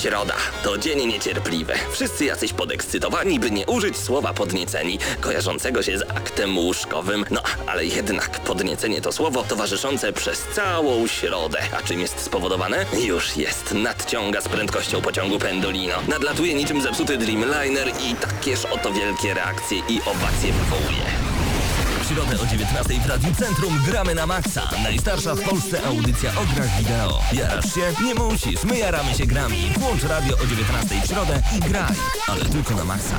Środa to dzień niecierpliwy. Wszyscy jacyś podekscytowani, by nie użyć słowa podnieceni, kojarzącego się z aktem łóżkowym. No, ale jednak podniecenie to słowo towarzyszące przez całą środę. A czym jest spowodowane? Już jest. Nadciąga z prędkością pociągu Pendolino. Nadlatuje niczym zepsuty Dreamliner i takież oto wielkie reakcje i owacje wywołuje. W środę o 19:00 w Radiu Centrum gramy na maksa. Najstarsza w Polsce audycja o grach wideo. Jarasz się? Nie musisz. My jaramy się grami. Włącz radio o 19:00 w środę i graj. Ale tylko na maksa.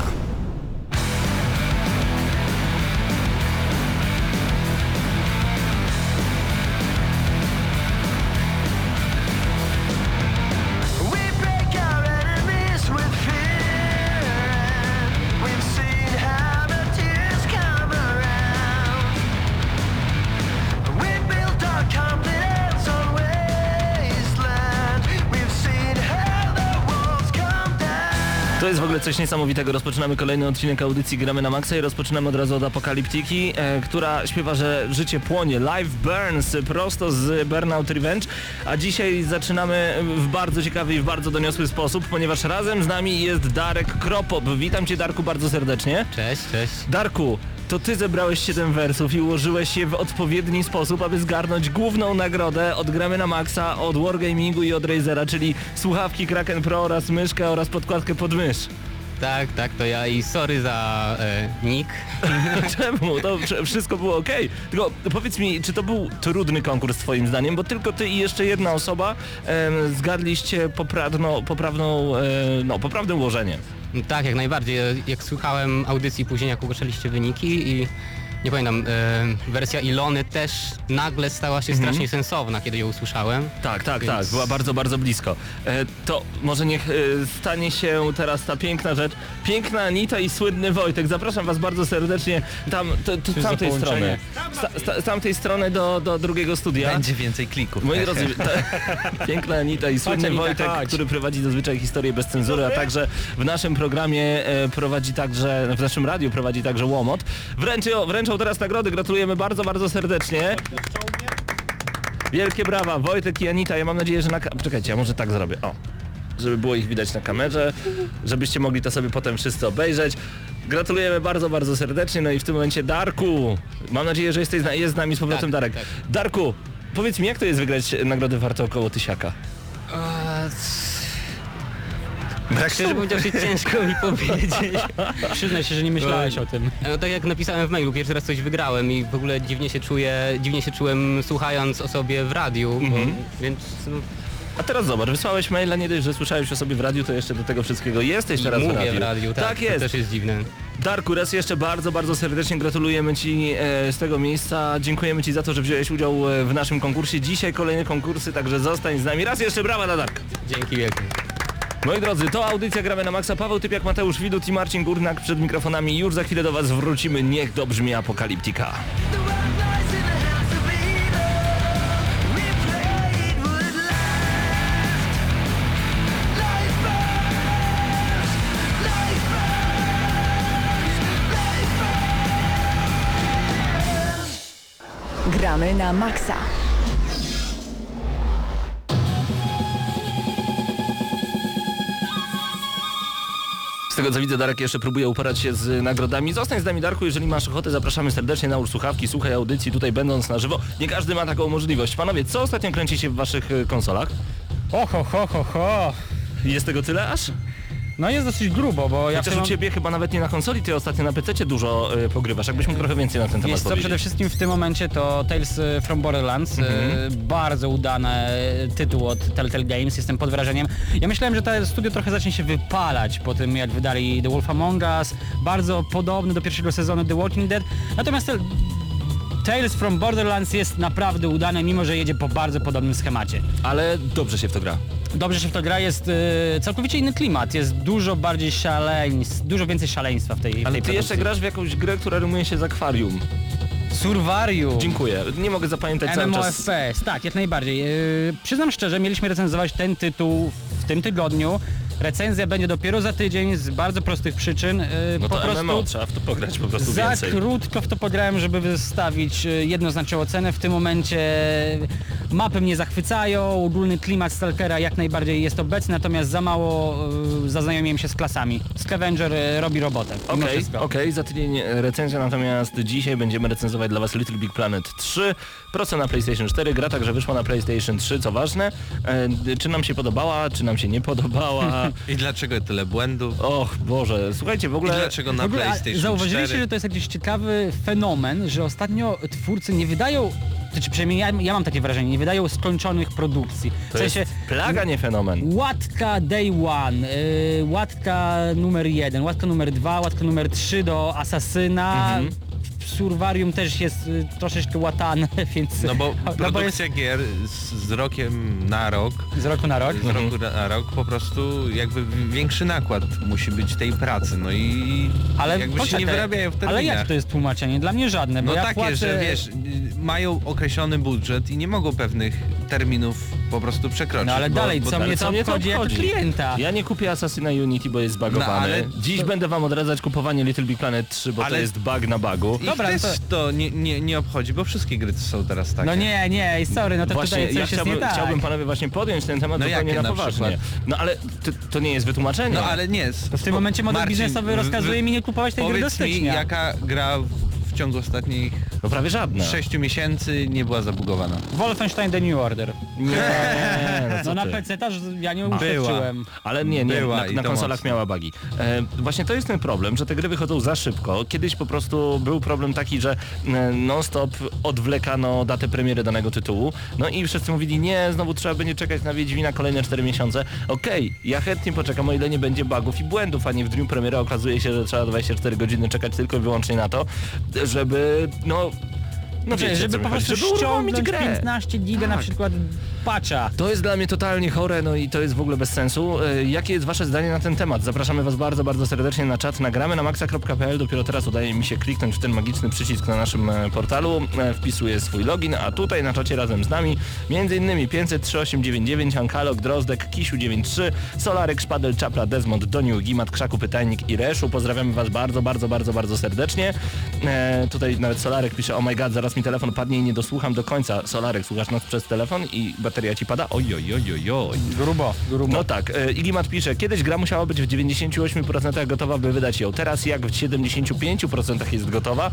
To jest w ogóle coś niesamowitego. Rozpoczynamy kolejny odcinek audycji Gramy na Maxa i rozpoczynamy od razu od Apokaliptyki, która śpiewa, że życie płonie. Life burns, prosto z Burnout Revenge. A dzisiaj zaczynamy w bardzo ciekawy i w bardzo doniosły sposób, ponieważ razem z nami jest Darek Kropop. Witam Cię, Darku, bardzo serdecznie. Cześć, cześć. Darku, to Ty zebrałeś 7 wersów i ułożyłeś je w odpowiedni sposób, aby zgarnąć główną nagrodę od Gramy na Maxa, od Wargamingu i od Razera, czyli słuchawki Kraken Pro oraz myszkę oraz podkładkę pod mysz. Tak, to ja i sorry za nick. Czemu? To wszystko było okej. Tylko powiedz mi, czy to był trudny konkurs twoim zdaniem, bo tylko ty i jeszcze jedna osoba zgadliście poprawne ułożenie. Tak, jak najbardziej. Jak słuchałem audycji później, jak ogłaszaliście wyniki i nie pamiętam, wersja Ilony też nagle stała się strasznie sensowna, kiedy ją usłyszałem. Tak, była bardzo, bardzo blisko. To może niech stanie się teraz ta piękna rzecz. Piękna Anita i słynny Wojtek. Zapraszam was bardzo serdecznie z tamtej strony. Z tamtej strony do drugiego studia. Będzie więcej klików. Moi drodzy, piękna Anita i słynny Wojtek, który prowadzi zazwyczaj historię bez cenzury, a także w naszym programie w naszym radiu prowadzi także Łomot. Wręczą teraz nagrody, gratulujemy bardzo, bardzo serdecznie. Wielkie brawa, Wojtek i Anita, ja mam nadzieję, że Czekajcie, ja może tak zrobię, żeby było ich widać na kamerze, żebyście mogli to sobie potem wszyscy obejrzeć. Gratulujemy bardzo, bardzo serdecznie, no i w tym momencie Darku, mam nadzieję, że jest z nami z powrotem Darek. Tak. Darku, powiedz mi, jak to jest wygrać nagrody warte około 1000? Szczerze powiedziawszy, ciężko mi powiedzieć. Przyznaj się, że nie myślałeś o tym. No, tak jak napisałem w mailu, pierwszy raz coś wygrałem i w ogóle dziwnie się czułem słuchając o sobie w radiu, więc... A teraz zobacz, wysłałeś maila, nie dość, że słyszałeś o sobie w radiu, to jeszcze do tego wszystkiego jesteś teraz w radiu. Mówię w radiu, tak jest. To też jest dziwne. Darku, raz jeszcze bardzo, bardzo serdecznie gratulujemy Ci z tego miejsca. Dziękujemy Ci za to, że wziąłeś udział w naszym konkursie. Dzisiaj kolejne konkursy, także zostań z nami. Raz jeszcze brawa dla Darka. Dzięki wielkie. Moi drodzy, to audycja Gramy na Maxa. Paweł Typiak, Mateusz Widut i Marcin Górnak przed mikrofonami. Już za chwilę do Was wrócimy. Niech dobrzmi Apokaliptyka. Gramy na Maxa. Z tego co widzę, Darek jeszcze próbuje uporać się z nagrodami. Zostań z nami, Darku, jeżeli masz ochotę, zapraszamy serdecznie, nałóż słuchawki, słuchaj audycji tutaj będąc na żywo. Nie każdy ma taką możliwość. Panowie, co ostatnio kręci się w waszych konsolach? Ho. Jest tego tyle aż? No jest dosyć grubo, bo ja Chociaż u Ciebie chyba nawet nie na konsoli, Ty ostatnio na PC-cie dużo pogrywasz. Jakbyś mógł trochę więcej na ten temat Jest co, powiedzieć. przede wszystkim w tym momencie to Tales from Borderlands, bardzo udany tytuł od Telltale Games, jestem pod wrażeniem. Ja myślałem, że to studio trochę zacznie się wypalać po tym, jak wydali The Wolf Among Us, bardzo podobny do pierwszego sezonu The Walking Dead, natomiast Tales from Borderlands jest naprawdę udane, mimo że jedzie po bardzo podobnym schemacie. Ale dobrze się w to gra. Dobrze się w to gra, jest całkowicie inny klimat, jest dużo bardziej dużo więcej szaleństwa w tej Ale produkcji. Ty jeszcze grasz w jakąś grę, która rymuje się z akwarium. Survarium. Dziękuję. Nie mogę zapamiętać cały czas. MMOFPS, tak, jak najbardziej. Przyznam szczerze, mieliśmy recenzować ten tytuł w tym tygodniu. Recenzja będzie dopiero za tydzień z bardzo prostych przyczyn. No po to prostu MMO, trzeba w to pograć po prostu za więcej. krótko w to pograłem, żeby wystawić jednoznaczną ocenę. W tym momencie Mapy mnie zachwycają, ogólny klimat Stalkera jak najbardziej jest obecny, natomiast za mało zaznajomiłem się z klasami. Scavenger robi robotę. mimo wszystko. Okej, za tydzień recenzja, natomiast dzisiaj będziemy recenzować dla was Little Big Planet 3. Prosto na PlayStation 4, gra także wyszła na PlayStation 3, co ważne. Czy nam się podobała, czy nam się nie podobała? I dlaczego tyle błędów? Och Boże, słuchajcie, w I ogóle... dlaczego na W ogóle, PlayStation zauważyliście, 4? że to jest jakiś ciekawy fenomen, że ostatnio twórcy nie wydają, czy przynajmniej ja mam takie wrażenie, nie wydają skończonych produkcji. To jest plaga, nie fenomen. Łatka Day One, łatka numer 1, łatka numer 2, łatka numer 3 do Asasyna. Survarium też jest troszeczkę łatane, więc... No bo jest produkcja gier z rokiem na rok, z roku na rok. z roku na rok po prostu jakby większy nakład musi być tej pracy, no i Ale jakby się nie poczekaj, wyrabiają w terminach. ale jak to jest tłumaczenie? Dla mnie żadne, bo No ja takie, płacę... że wiesz, mają określony budżet i nie mogą pewnych terminów po prostu przekroczyć. No ale dalej, co mnie to obchodzi jako obchodzi? klienta? Ja nie kupię Assassina Unity, bo jest zbugowany. No, ale Dziś będę wam odradzać kupowanie Little Big Planet 3, bo to Ale- jest bug na bugu. I Dobra, też no to nie obchodzi, bo wszystkie gry są teraz takie. No nie, sorry, no to Właśnie, tutaj coś ja jest nie tak. chciałbym panowie właśnie podjąć ten temat No zupełnie jakie na na poważnie. przykład? No ale to nie jest wytłumaczenie. No ale nie. To w tym momencie model Marcin, biznesowy rozkazuje mi nie kupować tej gry do Powiedz mi, stycznia. jaka gra w ciągu ostatnich No prawie żadne. 6 miesięcy nie była zabugowana. Wolfenstein The New Order. Nie, no co No na ty. PC też ja nie Była. uświadczyłem. Ale nie, Była na, i na to konsolach mocno. miała bugi. Właśnie to jest ten problem, że te gry wychodzą za szybko. Kiedyś po prostu był problem taki, że non-stop odwlekano datę premiery danego tytułu. No i wszyscy mówili, nie, znowu trzeba będzie czekać na Wiedźmina kolejne 4 miesiące. Okej, ja chętnie poczekam, o ile nie będzie bugów i błędów, a nie w dniu premiery okazuje się, że trzeba 24 godziny czekać tylko i wyłącznie na to, żeby no wiecie, żeby co mi po chodzi, prostu żeby uruchomić ściągnąć grę. 15 giga na Tak. przykład patcha. To jest dla mnie totalnie chore, no i to jest w ogóle bez sensu. Jakie jest wasze zdanie na ten temat? Zapraszamy was bardzo, bardzo serdecznie na czat. Nagramy na maxa.pl. Dopiero teraz udaje mi się kliknąć w ten magiczny przycisk na naszym portalu. Wpisuję swój login, a tutaj na czacie razem z nami m.in. 5003899, Ankalog, Drozdek, Kisiu 93, Solarek, Szpadel, Czapla, Desmond, Doniu, Gimat, Krzaku, Pytajnik i Reszu. Pozdrawiamy was bardzo, bardzo, bardzo, bardzo serdecznie. Tutaj nawet Solarek pisze, oh my god, zaraz mi telefon padnie i nie dosłucham do końca. Solarek, słuchasz nas przez telefon i bateria ci pada? Oj. Grubo. No tak, Igimat pisze, kiedyś gra musiała być w 98% gotowa, by wydać ją. Teraz jak w 75% jest gotowa,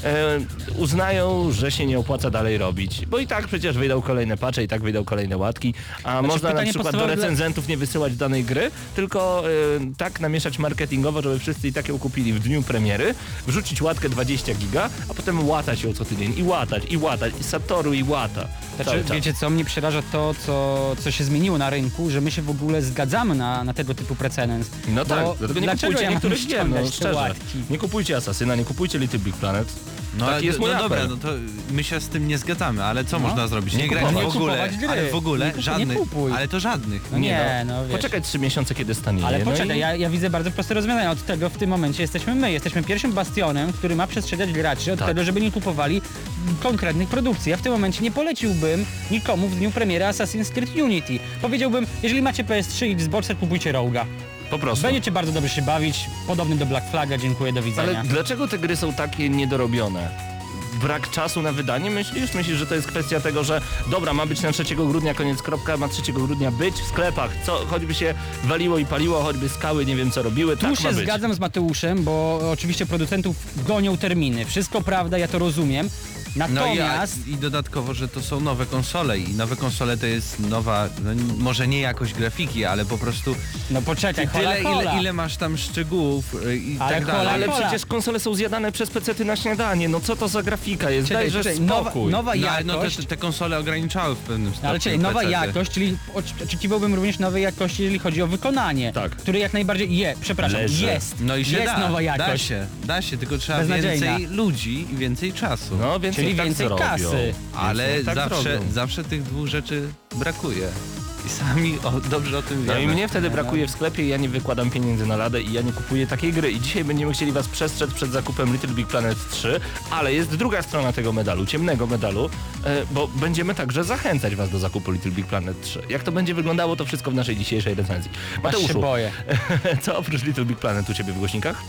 uznają, że się nie opłaca dalej robić. Bo i tak przecież wyjdą kolejne patche, i tak wyjdą kolejne łatki, a można na pytanie przykład do podstawowe recenzentów nie wysyłać danej gry, tylko tak namieszać marketingowo, żeby wszyscy i tak ją kupili w dniu premiery, wrzucić łatkę 20 giga, a potem łatać ją co tydzień i łatać, i Satoru i łata. Znaczy, Cały czas. wiecie co, mnie przeraża to, co się zmieniło na rynku, że my się w ogóle zgadzamy na tego typu precedens. No tak, Bo dlatego nie dlaczego kupujcie ja mam niektórych gier, no ściągać te szczerze. łatki? Nie kupujcie Asasyna, nie kupujcie Little Big Planet. No, Taki jest mój apel. dobra, no to my się z tym nie zgadzamy, ale co można zrobić? Nie grać kupować. w ogóle, Nie kupować gry. ale w ogóle Nie żadnych, kupuj. ale to żadnych. No nie, no wiesz. Poczekaj 3 miesiące, kiedy stanie. Ale no poczekaj, i... ja widzę bardzo proste rozwiązania. Od tego w tym momencie jesteśmy my. Jesteśmy pierwszym bastionem, który ma przestrzegać graczy od Tak. tego, żeby nie kupowali konkretnych produkcji. Ja w tym momencie nie poleciłbym nikomu w dniu premiery Assassin's Creed Unity. Powiedziałbym, jeżeli macie PS3 i Xboxa, kupujcie Rogue'a. Po prostu. Będziecie bardzo dobrze się bawić, podobny do Black Flaga, dziękuję, do widzenia. Ale dlaczego te gry są takie niedorobione? Brak czasu na wydanie? Myślisz, że to jest kwestia tego, że dobra, ma być na 3 grudnia, koniec kropka, ma 3 grudnia być w sklepach, co choćby się waliło i paliło, choćby skały nie wiem co robiły, Tu tak się ma być. zgadzam z Mateuszem, bo oczywiście producentów gonią terminy. Wszystko prawda, ja to rozumiem. No Natomiast... i dodatkowo, że to są nowe konsole i nowe konsole to jest nowa, no może nie jakość grafiki, ale po prostu No poczekaj, tyle hola. ile masz tam szczegółów i Ale tak hola, dalej. Ale Hola. przecież konsole są zjadane przez pecety na śniadanie, no co to za grafika jest? Czekaj, Dajże czekaj, spokój. nowa No, ale jakość... te konsole ograniczały w pewnym stopniu. Ale czyli nowa PC-ty. jakość, czyli oczekiwałbym również nowej jakości, jeżeli chodzi o wykonanie. Tak. Który jak najbardziej Leży. jest. No i się jest da, nowa jakość. da się, tylko trzeba Beznadziejna. więcej ludzi i więcej czasu. No więc Czyli tak więcej zrobią. kasy. Ale Więc tak zrobią. zawsze tych dwóch rzeczy brakuje. I sami dobrze o tym No wiemy. i mnie wtedy brakuje w sklepie i ja nie wykładam pieniędzy na ladę i ja nie kupuję takiej gry. I dzisiaj będziemy chcieli was przestrzec przed zakupem Little Big Planet 3, ale jest druga strona tego medalu, ciemnego medalu, bo będziemy także zachęcać was do zakupu Little Big Planet 3. Jak to będzie wyglądało, to wszystko w naszej dzisiejszej recenzji. Aż się Mateuszu, boję. co oprócz Little Big Planet u ciebie w głośnikach?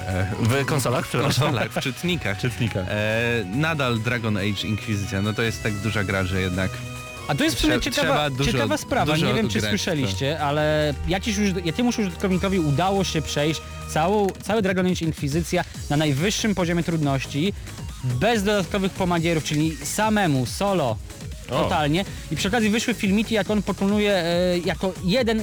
W konsolach? W Przepraszam. konsolach, w czytnikach. Czytnikach. Nadal Dragon Age Inkwizycja, no to jest tak duża gra, że jednak A to jest w sumie Trzeba ciekawa sprawa, dużo nie wiem czy grać, słyszeliście, ale jakiemuś użytkownikowi udało się przejść cały Dragon Age Inkwizycja na najwyższym poziomie trudności, bez dodatkowych pomagierów, czyli samemu, solo, totalnie. I przy okazji wyszły filmiki, jak on pokonuje jako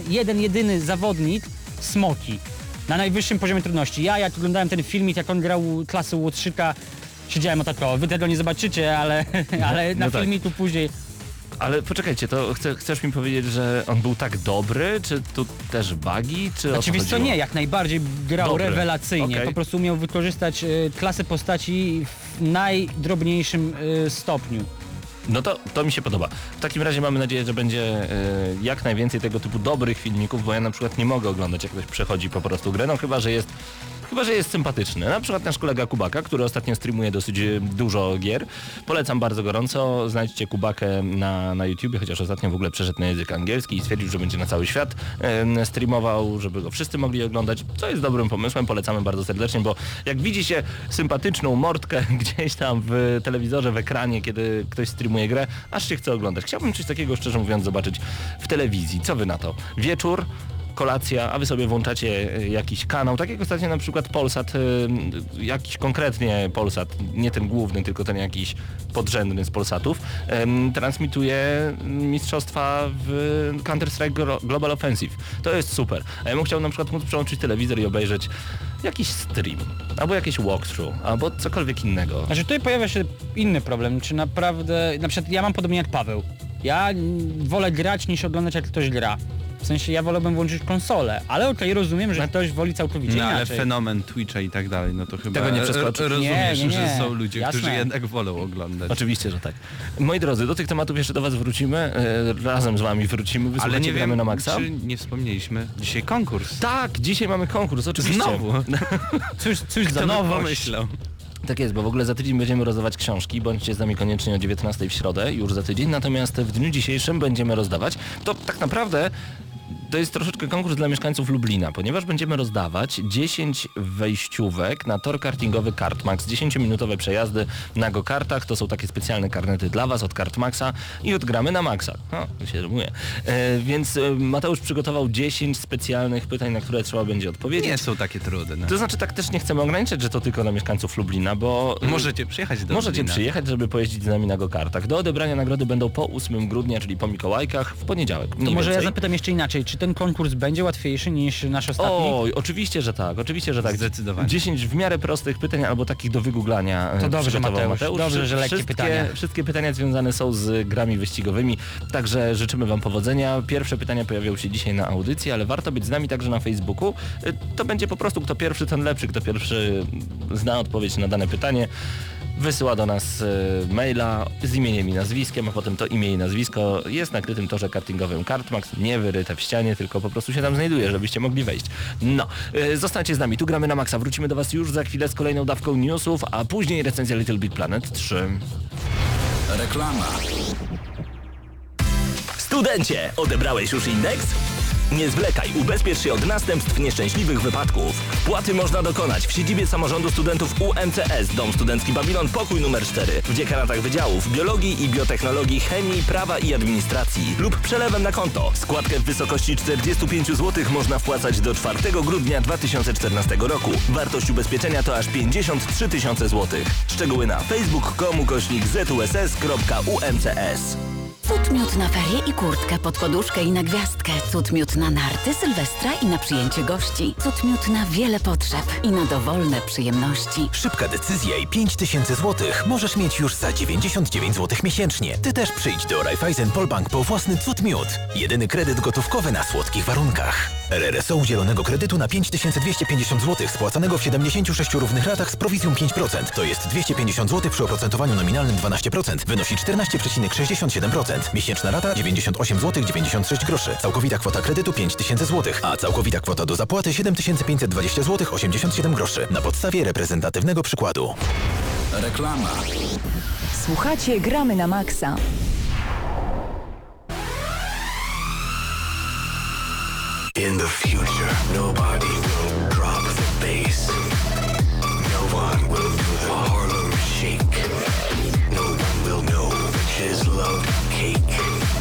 jedyny zawodnik smoki na najwyższym poziomie trudności. Ja jak oglądałem ten filmik, jak on grał klasę Łotrzyka, siedziałem o wy tego nie zobaczycie, ale na filmiku później. Ale poczekajcie, to chcesz mi powiedzieć, że on był tak dobry, czy tu też bugi, czy Znaczy wiesz co, nie, jak najbardziej grał Dobry. rewelacyjnie, Okej. po prostu umiał wykorzystać klasę postaci w najdrobniejszym stopniu. No to mi się podoba. W takim razie mamy nadzieję, że będzie jak najwięcej tego typu dobrych filmików, bo ja na przykład nie mogę oglądać, jak ktoś przechodzi po prostu grę, no chyba, że jest sympatyczny. Na przykład nasz kolega Kubaka, który ostatnio streamuje dosyć dużo gier. Polecam bardzo gorąco. Znajdźcie Kubakę na YouTubie, chociaż ostatnio w ogóle przeszedł na język angielski i stwierdził, że będzie na cały świat streamował, żeby go wszyscy mogli oglądać, co jest dobrym pomysłem. Polecamy bardzo serdecznie, bo jak widzi się sympatyczną mordkę gdzieś tam w telewizorze, w ekranie, kiedy ktoś streamuje grę, aż się chce oglądać. Chciałbym coś takiego, szczerze mówiąc, zobaczyć w telewizji. Co wy na to? Wieczór, kolacja, a wy sobie włączacie jakiś kanał, tak jak ostatnio na przykład Polsat, jakiś konkretnie Polsat, nie ten główny, tylko ten jakiś podrzędny z Polsatów, transmituje mistrzostwa w Counter-Strike Global Offensive. To jest super. A ja bym chciał na przykład móc przełączyć telewizor i obejrzeć jakiś stream, albo jakieś walkthrough, albo cokolwiek innego. Znaczy tutaj pojawia się inny problem, czy naprawdę, na przykład ja mam podobnie jak Paweł. Ja wolę grać niż oglądać jak ktoś gra. W sensie ja wolałbym włączyć konsolę, ale okej, rozumiem, że ktoś woli całkowicie No ale inaczej. fenomen Twitcha i tak dalej, no to chyba Tego nie przeskoczy. rozumiesz, Nie. że są ludzie, Jasne. którzy jednak wolą oglądać. Oczywiście, że tak. Moi drodzy, do tych tematów jeszcze do was wrócimy, razem z wami wrócimy, Ale wysłuchacie nie Gramy wiem, na Maxa. czy nie wspomnieliśmy dzisiaj konkurs. Tak, dzisiaj mamy konkurs, oczywiście. Znowu. Cóż za Kto by nowość. pomyślał? Tak jest, bo w ogóle za tydzień będziemy rozdawać książki, bądźcie z nami koniecznie o 19 w środę, już za tydzień, natomiast w dniu dzisiejszym będziemy rozdawać. To tak naprawdę to jest troszeczkę konkurs dla mieszkańców Lublina, ponieważ będziemy rozdawać 10 wejściówek na tor kartingowy Kartmax, 10-minutowe przejazdy na go-kartach, to są takie specjalne karnety dla was od Kartmaxa i od Gramy na Maxa. O, się rymuje. Więc Mateusz przygotował 10 specjalnych pytań, na które trzeba będzie odpowiedzieć. Nie są takie trudne. To znaczy tak też nie chcemy ograniczać, że to tylko dla mieszkańców Lublina, bo Możecie przyjechać do możecie Lublina. przyjechać, żeby pojeździć z nami na go-kartach. Do odebrania nagrody będą po 8 grudnia, czyli po Mikołajkach, w poniedziałek. To może ja zapytam jeszcze inaczej, czy ten konkurs będzie łatwiejszy niż nasz ostatni? Oj, oczywiście, że tak, oczywiście, że tak. Zdecydowanie. 10 w miarę prostych pytań albo takich do wygooglania. To dobrze, przygotował Mateusz. Dobrze, że lekkie pytania. Wszystkie pytania związane są z grami wyścigowymi, także życzymy wam powodzenia. Pierwsze pytania pojawią się dzisiaj na audycji, ale warto być z nami także na Facebooku. To będzie po prostu kto pierwszy, ten lepszy. Kto pierwszy zna odpowiedź na dane pytanie, wysyła do nas maila z imieniem i nazwiskiem, a potem to imię i nazwisko jest na krytym torze kartingowym Kartmax, nie wyryte w ścianie, tylko po prostu się tam znajduje, żebyście mogli wejść. No, zostańcie z nami, tu Gramy na Maxa, wrócimy do was już za chwilę z kolejną dawką newsów, a później recenzja Little Big Planet 3. Reklama. Studencie, odebrałeś już indeks? Nie zwlekaj, ubezpiecz się od następstw nieszczęśliwych wypadków. Wpłaty można dokonać w siedzibie samorządu studentów UMCS, Dom Studencki Babilon, pokój numer 4, w dziekanatach wydziałów biologii i biotechnologii, chemii, prawa i administracji lub przelewem na konto. Składkę w wysokości 45 zł można wpłacać do 4 grudnia 2014 roku. Wartość ubezpieczenia to aż 53 tysiące złotych. Szczegóły na facebook.com/zuss.umcs. Cud miód na ferie i kurtkę pod poduszkę i na gwiazdkę. Cud miód na narty, sylwestra i na przyjęcie gości. Cud miód na wiele potrzeb i na dowolne przyjemności. Szybka decyzja i 5000 zł możesz mieć już za 99 zł miesięcznie. Ty też przyjdź do Raiffeisen Polbank po własny cud miód. Jedyny kredyt gotówkowy na słodkich warunkach. RRSO udzielonego kredytu na 5250 zł spłacanego w 76 równych ratach z prowizją 5%. To jest 250 zł przy oprocentowaniu nominalnym 12%. Wynosi 14,67%. Miesięczna rata 98 zł 96 groszy. Całkowita kwota kredytu 5000 zł, a całkowita kwota do zapłaty 7520 zł 87 groszy. Na podstawie reprezentatywnego przykładu. Reklama. Słuchacie Gramy na Maxa. In the future, nobody will drop the bass. No one will do the Harlem Shake. No one will know which is love cake.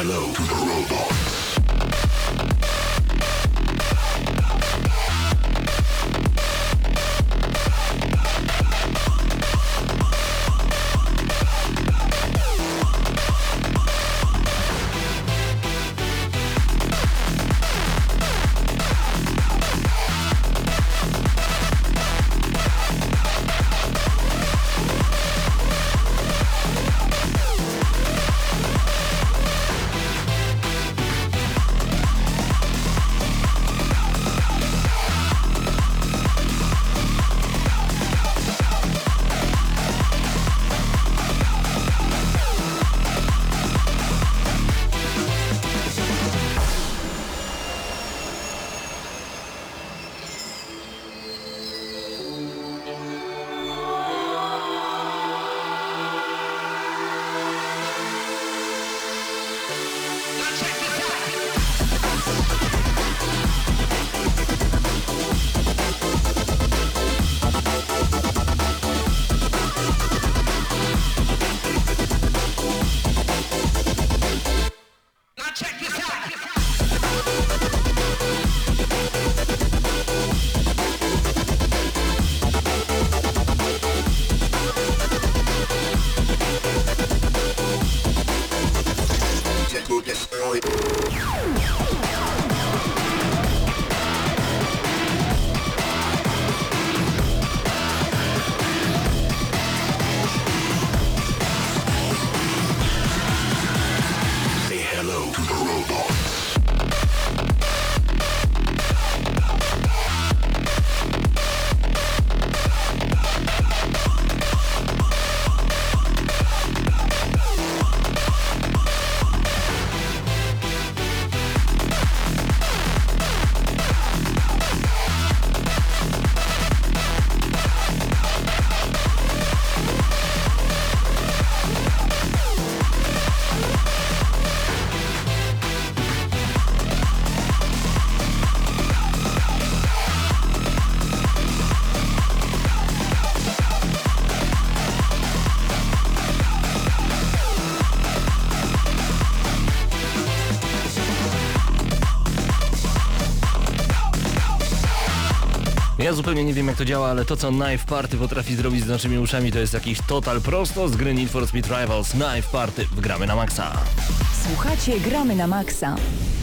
Ja zupełnie nie wiem jak to działa, ale to co Knife Party potrafi zrobić z naszymi uszami to jest jakiś total prosto z gry Need for Speed Rivals. Knife Party w Gramy na Maxa. Słuchacie Gramy na Maxa.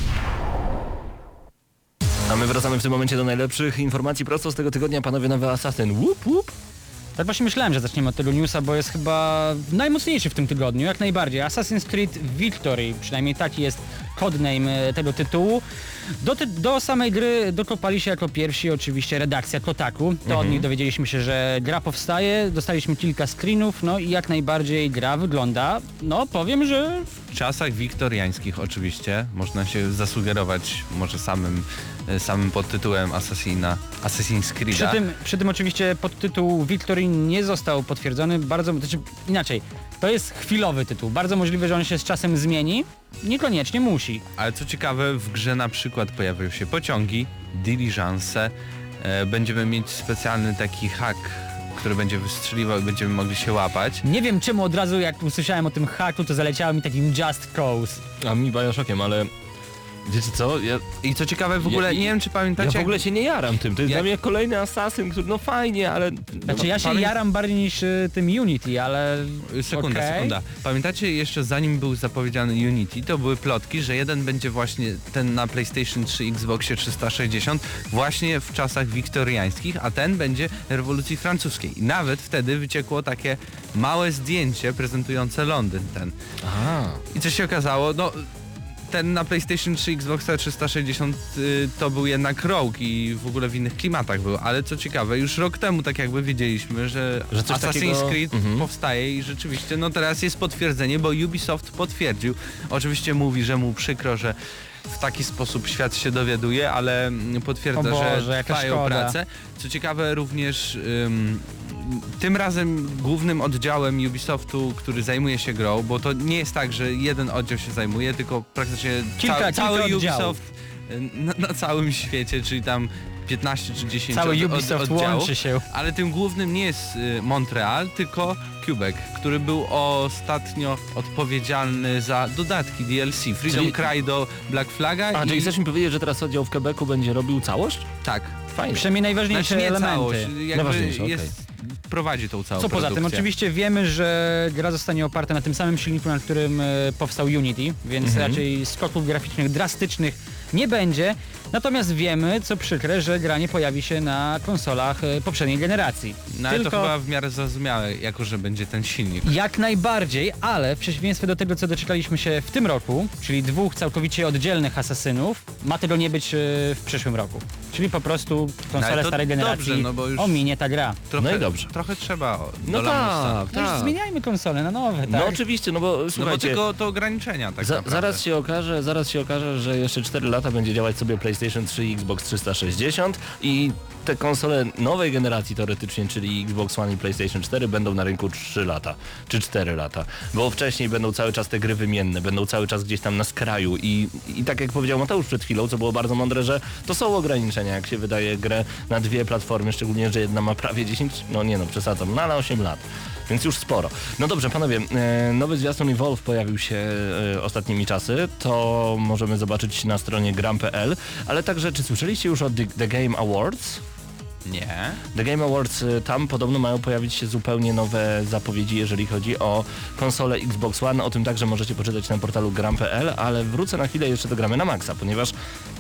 A my wracamy w tym momencie do najlepszych informacji prosto z tego tygodnia. Panowie, nowy Assassin. Łup, łup. Tak właśnie myślałem, że zaczniemy od tego newsa, bo jest chyba najmocniejszy w tym tygodniu, jak najbardziej. Assassin's Creed Victory, przynajmniej taki jest codename tego tytułu. Do samej gry dokopali się jako pierwsi oczywiście redakcja Kotaku. To od nich dowiedzieliśmy się, że gra powstaje, dostaliśmy kilka screenów, no i jak najbardziej gra wygląda, no powiem, że... W czasach wiktoriańskich oczywiście można się zasugerować może samym podtytułem Assassin's Creed'a. Przy tym oczywiście podtytuł Victory nie został potwierdzony, inaczej, to jest chwilowy tytuł, bardzo możliwe, że on się z czasem zmieni, niekoniecznie musi. Ale co ciekawe, w grze na przykład pojawią się pociągi, diligence, będziemy mieć specjalny taki hack, który będzie wystrzeliwał i będziemy mogli się łapać. Nie wiem czemu od razu jak usłyszałem o tym hacku, to zaleciało mi takim Just Cause. A mi Bioshockiem, ale... Wiecie co? I co ciekawe w ogóle, nie wiem czy pamiętacie... Ja w ogóle się nie jaram tym, to jest dla mnie kolejny Assassin, który no fajnie, ale... Znaczy ja się jaram bardziej niż tym Unity, ale... Sekunda. Pamiętacie jeszcze zanim był zapowiedziany Unity, to były plotki, że jeden będzie właśnie ten na PlayStation 3, Xboxie 360 właśnie w czasach wiktoriańskich, a ten będzie rewolucji francuskiej. I nawet wtedy wyciekło takie małe zdjęcie prezentujące Londyn ten. Aha. I co się okazało, no... Ten na PlayStation 3, Xboxa 360 to był jednak rogue i w ogóle w innych klimatach był, ale co ciekawe, już rok temu tak jakby wiedzieliśmy, że coś Assassin's takiego... Creed powstaje i rzeczywiście, no teraz jest potwierdzenie, bo Ubisoft potwierdził. Oczywiście mówi, że mu przykro, że w taki sposób świat się dowiaduje, ale potwierdza, że trwają prace. Co ciekawe również tym razem głównym oddziałem Ubisoftu, który zajmuje się grą, bo to nie jest tak, że jeden oddział się zajmuje, tylko praktycznie cały Ubisoft na całym świecie, czyli tam 15 czy 10 Cały Ubisoft oddziałów, łączy się. ale tym głównym nie jest Montreal, tylko Quebec, który był ostatnio odpowiedzialny za dodatki DLC, Freedom Cry do Black Flaga. Czyli chcesz mi powiedzieć, że teraz oddział w Quebecu będzie robił całość? Tak. Fajnie. Przynajmniej najważniejsze Znaczy nie elementy. całość, jakby Najważniejsze, prowadzi tą całą Co poza tym, produkcję. oczywiście wiemy, że gra zostanie oparta na tym samym silniku, na którym powstał Unity, więc raczej skoków graficznych drastycznych nie będzie. Natomiast wiemy, co przykre, że gra nie pojawi się na konsolach poprzedniej generacji. No ale Tylko to chyba w miarę zrozumiałe, jako że będzie ten silnik. jak najbardziej, ale w przeciwieństwie do tego, co doczekaliśmy się w tym roku, czyli 2 całkowicie oddzielnych asasynów, ma tego nie być w przyszłym roku. Czyli po prostu No konsole ale to starej generacji dobrze, no bo już ominie ta gra. No i dobrze. Trochę trzeba No do lamusa. tak, No już tak. zmieniajmy konsole na nowe, tak? No oczywiście, no bo No bo słuchajcie, tylko to ograniczenia tak naprawdę. zaraz się okaże, że jeszcze 4 lata będzie działać sobie PlayStation 3 i Xbox 360 i te konsole nowej generacji teoretycznie, czyli Xbox One i PlayStation 4 będą na rynku 3 lata, czy 4 lata, bo wcześniej będą cały czas te gry wymienne, będą cały czas gdzieś tam na skraju i tak jak powiedział Mateusz przed chwilą, co było bardzo mądre, że to są ograniczenia, jak się wydaje grę na 2 platformy, szczególnie, że jedna ma prawie 10, przesadzam, ale 8 lat. Więc już sporo. No dobrze, panowie, nowy zwiastun Evolve pojawił się ostatnimi czasy, to możemy zobaczyć na stronie gram.pl, ale także, czy słyszeliście już o The Game Awards? Nie. The Game Awards, tam podobno mają pojawić się zupełnie nowe zapowiedzi, jeżeli chodzi o konsolę Xbox One, o tym także możecie poczytać na portalu gram.pl, ale wrócę na chwilę jeszcze do Gramy na Maxa, ponieważ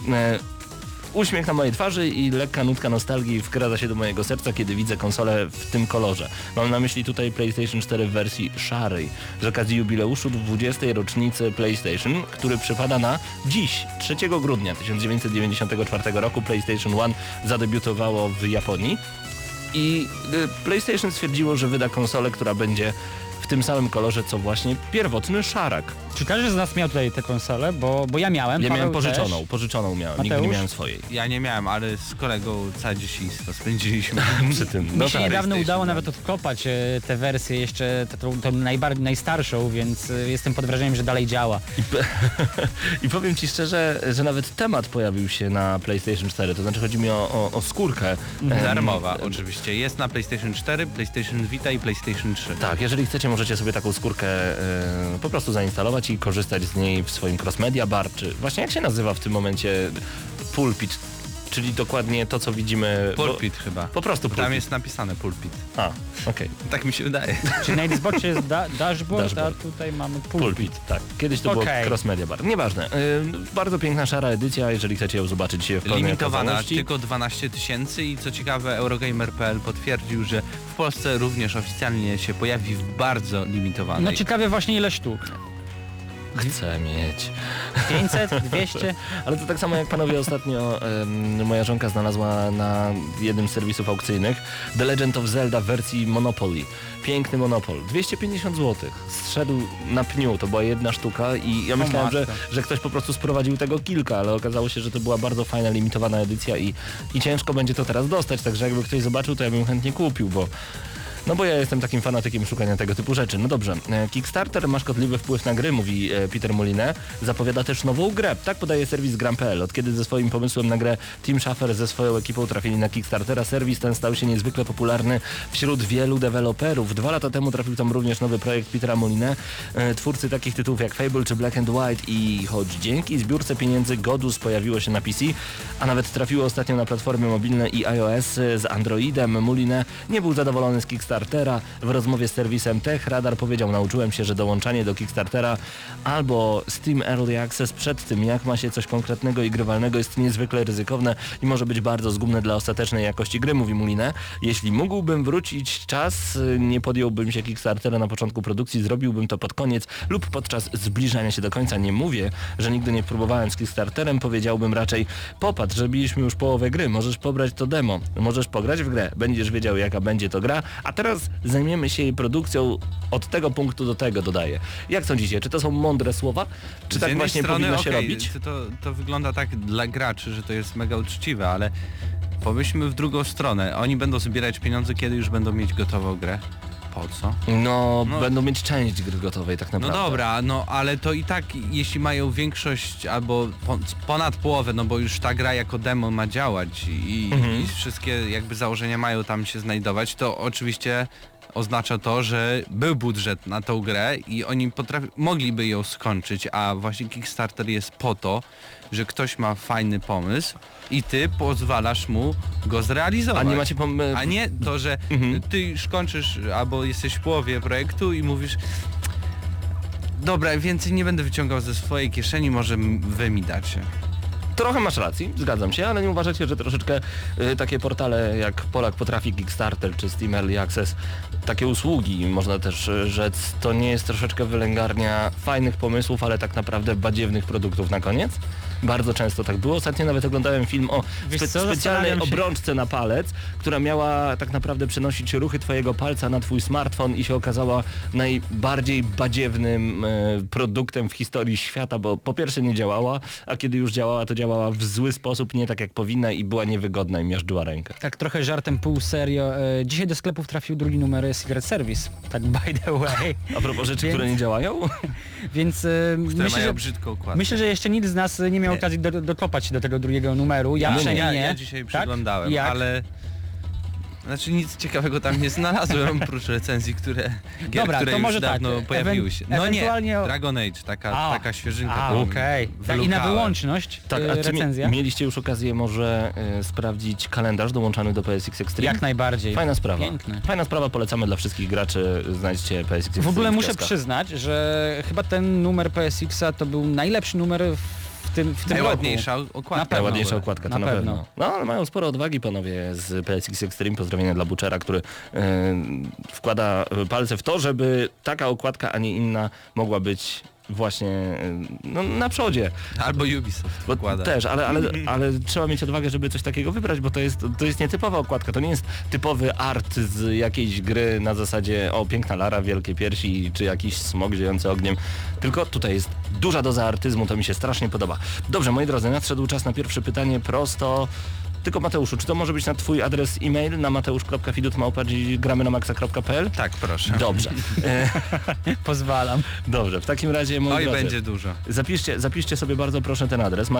uśmiech na mojej twarzy i lekka nutka nostalgii wkrada się do mojego serca, kiedy widzę konsolę w tym kolorze. Mam na myśli tutaj PlayStation 4 w wersji szarej, z okazji jubileuszu 20. rocznicy PlayStation, który przypada na dziś, 3 grudnia 1994 roku. PlayStation 1 zadebiutowało w Japonii i PlayStation stwierdziło, że wyda konsolę, która będzie w tym samym kolorze, co właśnie pierwotny szarak. Czy każdy z nas miał tutaj tę konsolę? Bo ja miałem, Ja miałem Paweł też. pożyczoną miałem, nigdy nie Mateusz? miałem swojej. Ja nie miałem, ale z kolegą całe dzieciństwo spędziliśmy Przy tym. Mi No się tak. niedawno PlayStation, udało tak. nawet odkopać tę wersję jeszcze, tą najstarszą, więc jestem pod wrażeniem, że dalej działa. I powiem Ci szczerze, że nawet temat pojawił się na PlayStation 4, to znaczy chodzi mi o skórkę. Darmowa oczywiście. Jest na PlayStation 4, PlayStation Vita i PlayStation 3. Tak, jeżeli chcecie, możecie sobie taką skórkę po prostu zainstalować i korzystać z niej w swoim Cross Media Bar, czy właśnie jak się nazywa w tym momencie Pulpit, czyli dokładnie to, co widzimy. Pulpit chyba. Po prostu Tam Pulpit. jest napisane Pulpit. A, okej. Tak mi się wydaje. Czyli na Xboxie jest dashboard, a Dashboard. tutaj mamy pulpit. Pulpit, tak. Kiedyś to Okej. było Cross Media Bar. Nieważne. Bardzo piękna, szara edycja, jeżeli chcecie ją zobaczyć w pełnej Limitowana, okazałości. tylko 12 000 i co ciekawe Eurogamer.pl potwierdził, że w Polsce również oficjalnie się pojawi w bardzo limitowanej. No ciekawe właśnie ile sztuk. Chcę mieć. 500, 200? Ale to tak samo jak panowie ostatnio moja żonka znalazła na jednym z serwisów aukcyjnych The Legend of Zelda w wersji Monopoly. Piękny Monopol. 250 zł. Zszedł na pniu, to była jedna sztuka i ja myślałem, że ktoś po prostu sprowadził tego kilka, ale okazało się, że to była bardzo fajna, limitowana edycja i ciężko będzie to teraz dostać, także jakby ktoś zobaczył, to ja bym chętnie kupił, bo ja jestem takim fanatykiem szukania tego typu rzeczy. No dobrze, Kickstarter ma szkodliwy wpływ na gry, mówi Peter Moline. Zapowiada też nową grę. Tak podaje serwis Gram.pl. Od kiedy ze swoim pomysłem na grę Tim Schafer ze swoją ekipą trafili na Kickstartera, serwis ten stał się niezwykle popularny wśród wielu deweloperów. 2 lata temu trafił tam również nowy projekt Petera Moline, twórcy takich tytułów jak Fable czy Black and White i choć dzięki zbiórce pieniędzy Godus pojawiło się na PC, a nawet trafiło ostatnio na platformy mobilne i iOS z Androidem, Moline nie był zadowolony z Kickstartera. W rozmowie z serwisem Tech Radar powiedział: nauczyłem się, że dołączanie do Kickstartera albo Steam Early Access przed tym, jak ma się coś konkretnego i grywalnego, jest niezwykle ryzykowne i może być bardzo zgubne dla ostatecznej jakości gry, mówi Moline. Jeśli mógłbym wrócić czas, nie podjąłbym się Kickstartera na początku produkcji, zrobiłbym to pod koniec lub podczas zbliżania się do końca. Nie mówię, że nigdy nie próbowałem z Kickstarterem, powiedziałbym raczej: popatrz, zrobiliśmy już połowę gry, możesz pobrać to demo, możesz pograć w grę, będziesz wiedział, jaka będzie to gra, a teraz zajmiemy się jej produkcją od tego punktu do tego, dodaję. Jak sądzicie, czy to są mądre słowa? Czy Z tak jednej właśnie strony, powinno się okej, robić? To wygląda tak dla graczy, że to jest mega uczciwe, ale pomyślmy w drugą stronę. Oni będą zbierać pieniądze, kiedy już będą mieć gotową grę. Po co? No, będą mieć część gry gotowej tak naprawdę. No dobra, no ale to i tak, jeśli mają większość albo ponad połowę, no bo już ta gra jako demo ma działać i wszystkie jakby założenia mają tam się znajdować, to oczywiście oznacza to, że był budżet na tą grę i oni mogliby ją skończyć, a właśnie Kickstarter jest po to, że ktoś ma fajny pomysł i ty pozwalasz mu go zrealizować. A nie macie A nie to, że ty już kończysz albo jesteś w połowie projektu i mówisz: dobra, więcej nie będę wyciągał ze swojej kieszeni, może wy mi dacie. Trochę masz racji, zgadzam się, ale nie uważacie, że troszeczkę takie portale jak Polak Potrafi, Kickstarter czy Steam Early Access, takie usługi, można też rzec, to nie jest troszeczkę wylęgarnia fajnych pomysłów, ale tak naprawdę badziewnych produktów na koniec? Bardzo często tak było. Ostatnio nawet oglądałem film o specjalnej obrączce na palec, która miała tak naprawdę przenosić ruchy twojego palca na twój smartfon i się okazała najbardziej badziewnym produktem w historii świata, bo po pierwsze nie działała, a kiedy już działała, to działała w zły sposób, nie tak jak powinna i była niewygodna i miażdżyła rękę. Tak trochę żartem, pół serio. Dzisiaj do sklepów trafił drugi numer Secret Service. Tak by the way. A propos rzeczy, które nie działają? Więc myślę, że jeszcze nikt z nas nie miał okazji dokopać się do tego drugiego numeru. Ja dzisiaj przeglądałem, ale znaczy nic ciekawego tam nie znalazłem, oprócz recenzji, które już dawno pojawiły się. No nie, Dragon Age, taka świeżynka. Okej. I na wyłączność recenzja. Mieliście już okazję może sprawdzić kalendarz dołączany do PSX Extreme? Jak najbardziej. Fajna sprawa. Piękne. Fajna sprawa, polecamy dla wszystkich graczy, znajdźcie PSX Extreme. W ogóle muszę przyznać, że chyba ten numer PSX-a to był najlepszy numer w tym najładniejsza okładka. Najładniejsza okładka, to na pewno. No ale mają sporo odwagi panowie z PSX Extreme. Pozdrowienia dla Butchera, który wkłada palce w to, żeby taka okładka, a nie inna mogła być właśnie na przodzie. Albo Ubisoft wkłada. Też, ale trzeba mieć odwagę, żeby coś takiego wybrać, bo to jest nietypowa okładka. To nie jest typowy art z jakiejś gry na zasadzie piękna Lara, wielkie piersi czy jakiś smok ziejący ogniem. Tylko tutaj jest duża doza artyzmu, to mi się strasznie podoba. Dobrze, moi drodzy, nadszedł czas na pierwsze pytanie prosto. Tylko Mateuszu, czy to może być na twój adres e-mail na mateusz.fidut@gramy-na-maxa.pl? Tak, proszę. Dobrze. Pozwalam. Dobrze, w takim razie moi drodzy, będzie dużo. Zapiszcie sobie bardzo proszę ten adres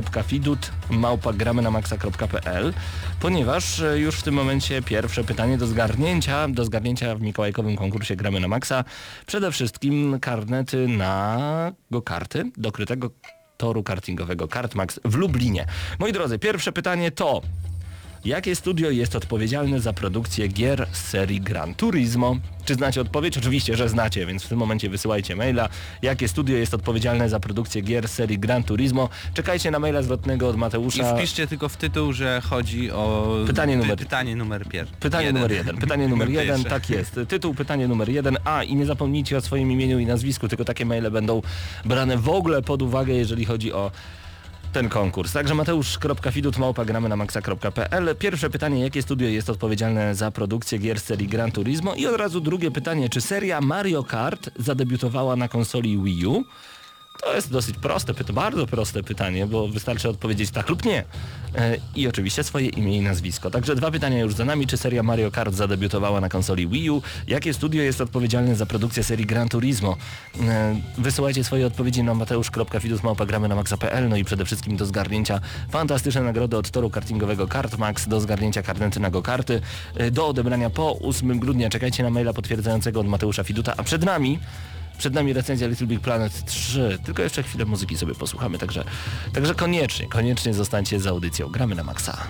mateusz.fidut@gramy-na-maxa.pl, ponieważ już w tym momencie pierwsze pytanie do zgarnięcia w mikołajkowym konkursie Gramy na Maxa. Przede wszystkim karnety na go-karty do krytego toru kartingowego Kartmax w Lublinie. Moi drodzy, pierwsze pytanie to: jakie studio jest odpowiedzialne za produkcję gier z serii Gran Turismo? Czy znacie odpowiedź? Oczywiście, że znacie, więc w tym momencie wysyłajcie maila. Jakie studio jest odpowiedzialne za produkcję gier z serii Gran Turismo? Czekajcie na maila zwrotnego od Mateusza. I wpiszcie tylko w tytuł, że chodzi o pytanie numer jeden. Pytanie numer jeden, tak jest. Tytuł pytanie numer 1. I nie zapomnijcie o swoim imieniu i nazwisku, tylko takie maile będą brane w ogóle pod uwagę, jeżeli chodzi o ten konkurs. Także mateusz.fidut@gramy-na-maxa.pl. Pierwsze pytanie: jakie studio jest odpowiedzialne za produkcję gier z serii Gran Turismo? I od razu drugie pytanie: czy seria Mario Kart zadebiutowała na konsoli Wii U? To jest dosyć proste, bardzo proste pytanie, bo wystarczy odpowiedzieć tak lub nie. I oczywiście swoje imię i nazwisko. Także dwa pytania już za nami. Czy seria Mario Kart zadebiutowała na konsoli Wii U? Jakie studio jest odpowiedzialne za produkcję serii Gran Turismo? Wysyłajcie swoje odpowiedzi na mateusz.fidut@gramy-na-maxa.pl. No i przede wszystkim do zgarnięcia fantastyczne nagrody od toru kartingowego Kartmax, do zgarnięcia karnety na go-karty, do odebrania po 8 grudnia. Czekajcie na maila potwierdzającego od Mateusza Fiduta, a przed nami recenzja Little Big Planet 3. Tylko jeszcze chwilę muzyki sobie posłuchamy, także koniecznie zostańcie z audycją Gramy na Maxa.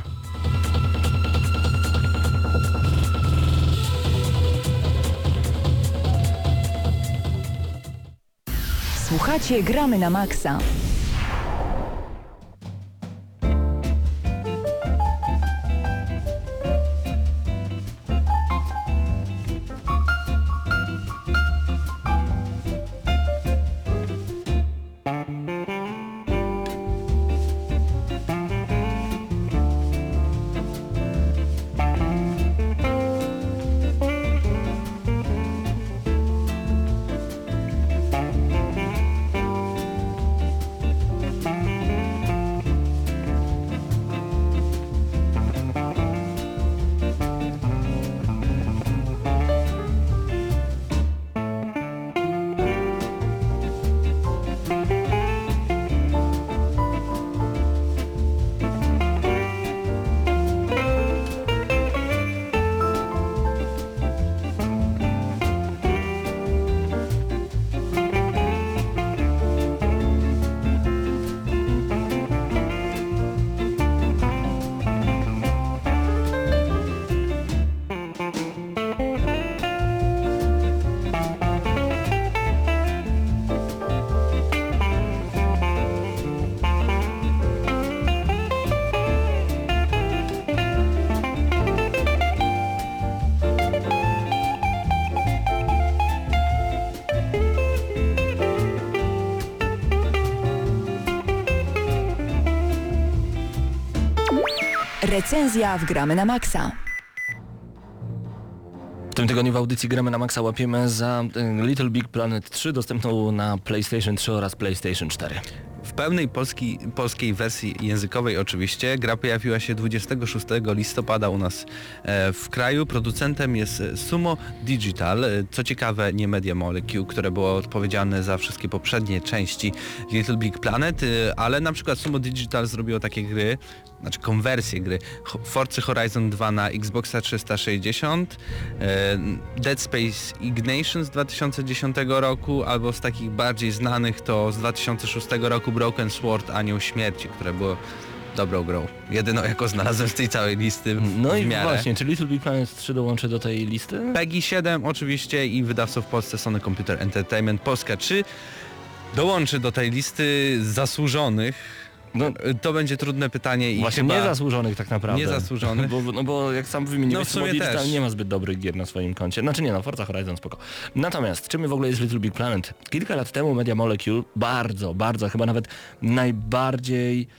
Słuchacie Gramy na Maxa. Recenzja w Gramy na Maxa. W tym tygodniu w audycji Gramy na Maxa łapiemy za Little Big Planet 3 dostępną na PlayStation 3 oraz PlayStation 4. W pełnej polskiej wersji językowej oczywiście. Gra pojawiła się 26 listopada u nas w kraju. Producentem jest Sumo Digital. Co ciekawe, nie Media Molecule, które było odpowiedzialne za wszystkie poprzednie części Little Big Planet, ale na przykład Sumo Digital zrobiło takie gry, znaczy konwersję gry Forza Horizon 2 na Xboxa 360, Dead Space Ignition z 2010 roku, albo z takich bardziej znanych to z 2006 roku Broken Sword Anioł Śmierci, które było dobrą grą. Jedyną jaką znalazłem z tej całej listy No w i miarę. właśnie, czy Little Big Planet 3 dołączy do tej listy? PEGI 7 oczywiście i wydawcą w Polsce Sony Computer Entertainment Polska. Czy dołączy do tej listy zasłużonych? No, to będzie trudne pytanie i właśnie chyba niezasłużonych tak naprawdę. Niezasłużonych. Bo jak sam wymieniłeś, w sumie Sumo Digital też. nie ma zbyt dobrych gier na swoim koncie. Znaczy nie, Forza Horizon spoko. Natomiast czym w ogóle jest Little Big Planet? Kilka lat temu Media Molecule bardzo, chyba nawet najbardziej,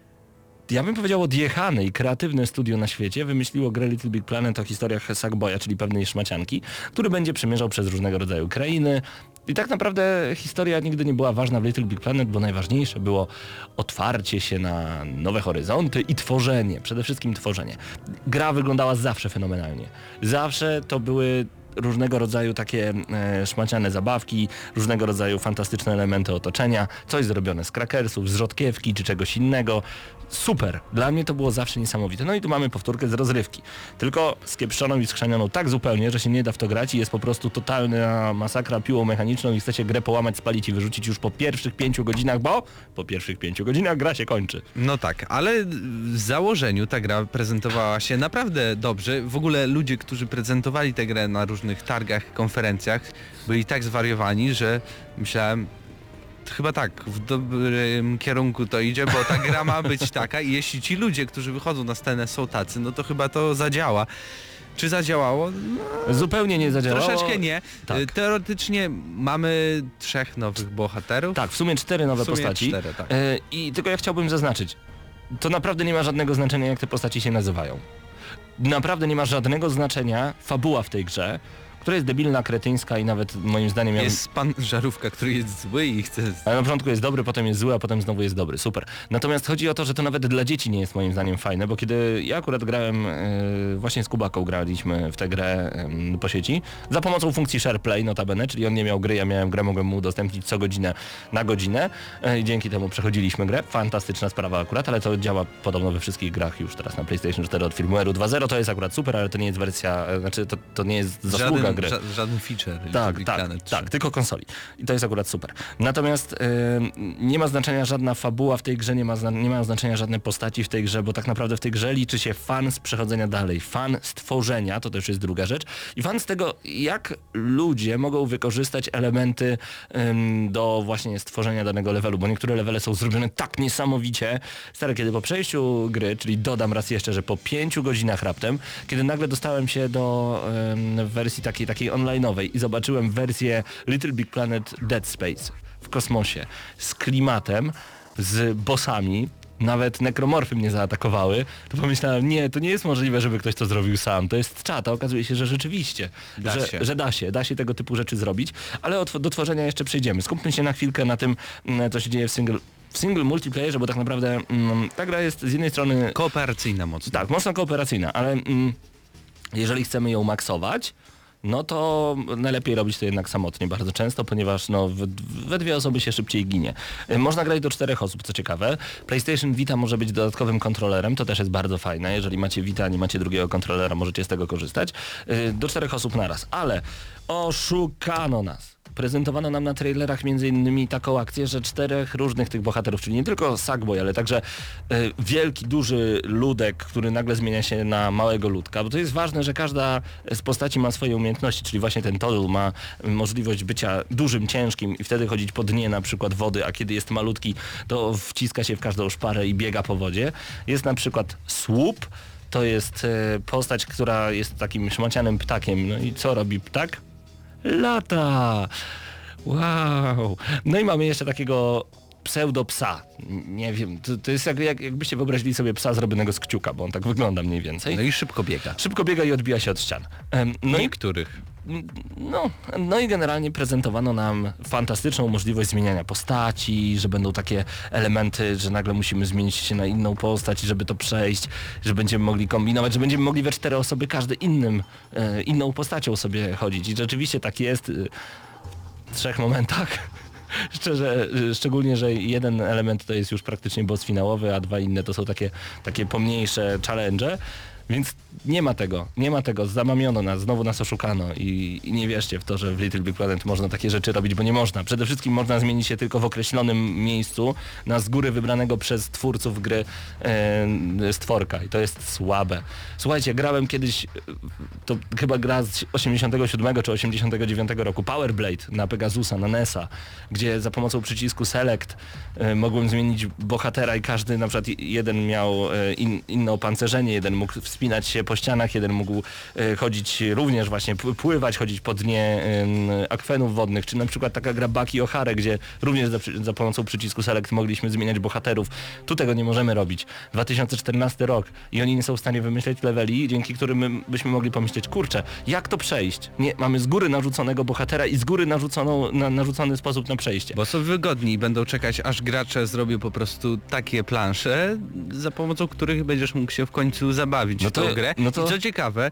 ja bym powiedział, odjechane i kreatywne studio na świecie wymyśliło grę Little Big Planet o historiach Sackboya, czyli pewnej szmacianki, który będzie przemierzał przez różnego rodzaju krainy. I tak naprawdę historia nigdy nie była ważna w Little Big Planet, bo najważniejsze było otwarcie się na nowe horyzonty i tworzenie, przede wszystkim tworzenie. Gra wyglądała zawsze fenomenalnie. Zawsze to były różnego rodzaju takie szmaciane zabawki, różnego rodzaju fantastyczne elementy otoczenia, coś zrobione z krakersów, z rzodkiewki czy czegoś innego. Super! Dla mnie to było zawsze niesamowite. No i tu mamy powtórkę z rozrywki. Tylko spieprzoną i skrzanioną tak zupełnie, że się nie da w to grać i jest po prostu totalna masakra piłą mechaniczną i chcecie grę połamać, spalić i wyrzucić już po pierwszych 5 godzinach, bo po pierwszych 5 godzinach gra się kończy. No tak, ale w założeniu ta gra prezentowała się naprawdę dobrze. W ogóle ludzie, którzy prezentowali tę grę na różnych targach, konferencjach, byli tak zwariowani, że myślałem, chyba tak, w dobrym kierunku to idzie, bo ta gra ma być taka i jeśli ci ludzie, którzy wychodzą na scenę są tacy, no to chyba to zadziała. Czy zadziałało? No, zupełnie nie zadziałało. Troszeczkę nie. Tak. Teoretycznie mamy 3 nowych bohaterów. Tak, w sumie 4 nowe postaci. 4, tak. I tylko ja chciałbym zaznaczyć, to naprawdę nie ma żadnego znaczenia, jak te postaci się nazywają. Naprawdę nie ma żadnego znaczenia fabuła w tej grze, która jest debilna, kretyńska i nawet moim zdaniem... Jest pan Żarówka, który jest zły i chce... Ale na początku jest dobry, potem jest zły, a potem znowu jest dobry. Super. Natomiast chodzi o to, że to nawet dla dzieci nie jest moim zdaniem fajne, bo kiedy ja akurat grałem, właśnie z Kubaką graliśmy w tę grę po sieci, za pomocą funkcji SharePlay notabene, czyli on nie miał gry, ja miałem grę, mogłem mu udostępnić co godzinę na godzinę i dzięki temu przechodziliśmy grę. Fantastyczna sprawa akurat, ale to działa podobno we wszystkich grach już teraz na PlayStation 4 od firmware'u 2.0. To jest akurat super, ale to nie jest wersja, znaczy to nie jest zasługa gry. Żaden feature. Tak, tylko konsoli. I to jest akurat super. Natomiast nie ma znaczenia żadna fabuła w tej grze, nie ma znaczenia żadne postaci w tej grze, bo tak naprawdę w tej grze liczy się fan z przechodzenia dalej, fan z tworzenia, to też jest druga rzecz, i fan z tego, jak ludzie mogą wykorzystać elementy do właśnie stworzenia danego levelu, bo niektóre levele są zrobione tak niesamowicie. Stary, kiedy po przejściu gry, czyli dodam raz jeszcze, że po 5 godzinach raptem, kiedy nagle dostałem się do wersji takiej online'owej i zobaczyłem wersję Little Big Planet Dead Space w kosmosie z klimatem, z bossami, nawet nekromorfy mnie zaatakowały, to pomyślałem, nie, to nie jest możliwe, żeby ktoś to zrobił sam. To jest czat, a okazuje się, że rzeczywiście, da się tego typu rzeczy zrobić, ale do tworzenia jeszcze przejdziemy. Skupmy się na chwilkę na tym, co się dzieje w single multiplayerze, bo tak naprawdę ta gra jest z jednej strony... Kooperacyjna mocno. Tak, mocno kooperacyjna, ale jeżeli chcemy ją maksować, no to najlepiej robić to jednak samotnie bardzo często, ponieważ we 2 osoby się szybciej ginie. Można grać do 4 osób, co ciekawe. PlayStation Vita może być dodatkowym kontrolerem, to też jest bardzo fajne. Jeżeli macie Vita, a nie macie drugiego kontrolera, możecie z tego korzystać. Do 4 osób naraz, ale oszukano nas. Prezentowano nam na trailerach m.in. taką akcję, że 4 różnych tych bohaterów, czyli nie tylko Sackboy, ale także wielki, duży ludek, który nagle zmienia się na małego ludka, bo to jest ważne, że każda z postaci ma swoje umiejętności, czyli właśnie ten Toddle ma możliwość bycia dużym, ciężkim i wtedy chodzić po dnie na przykład wody, a kiedy jest malutki, to wciska się w każdą szparę i biega po wodzie. Jest na przykład Swoop, to jest postać, która jest takim szmacianym ptakiem. No i co robi ptak? Lata! Wow! No i mamy jeszcze takiego pseudo-psa. Nie wiem, to jest jakbyście wyobrazili sobie psa zrobionego z kciuka, bo on tak wygląda mniej więcej. No i szybko biega. Szybko biega i odbija się od ścian. Niektórych. No i generalnie prezentowano nam fantastyczną możliwość zmieniania postaci, że będą takie elementy, że nagle musimy zmienić się na inną postać, żeby to przejść, że będziemy mogli kombinować, że będziemy mogli we 4 osoby każdy inną postacią sobie chodzić. I rzeczywiście tak jest w 3 momentach. Szczególnie, że jeden element to jest już praktycznie boss finałowy, a 2 inne to są takie pomniejsze challenge. Więc nie ma tego, zamamiono nas, znowu nas oszukano i nie wierzcie w to, że w Little Big Planet można takie rzeczy robić, bo nie można. Przede wszystkim można zmienić się tylko w określonym miejscu na z góry wybranego przez twórców gry stworka i to jest słabe. Słuchajcie, grałem kiedyś, to chyba gra z 87 czy 89 roku, Power Blade na Pegasusa, na NES-a, gdzie za pomocą przycisku Select mogłem zmienić bohatera i każdy, na przykład jeden miał inne opancerzenie, jeden mógł wspinać się po ścianach, jeden mógł chodzić również właśnie, pływać, chodzić po dnie akwenów wodnych, czy na przykład taka gra Baki O'Hare, gdzie również za pomocą przycisku Select mogliśmy zmieniać bohaterów. Tu tego nie możemy robić. 2014 rok i oni nie są w stanie wymyśleć leveli, dzięki którym byśmy mogli pomyśleć, kurczę, jak to przejść? Nie, mamy z góry narzuconego bohatera i z góry narzucony sposób na przejście. Bo są wygodni i będą czekać, aż gracze zrobią po prostu takie plansze, za pomocą których będziesz mógł się w końcu zabawić w tę grę. I co ciekawe,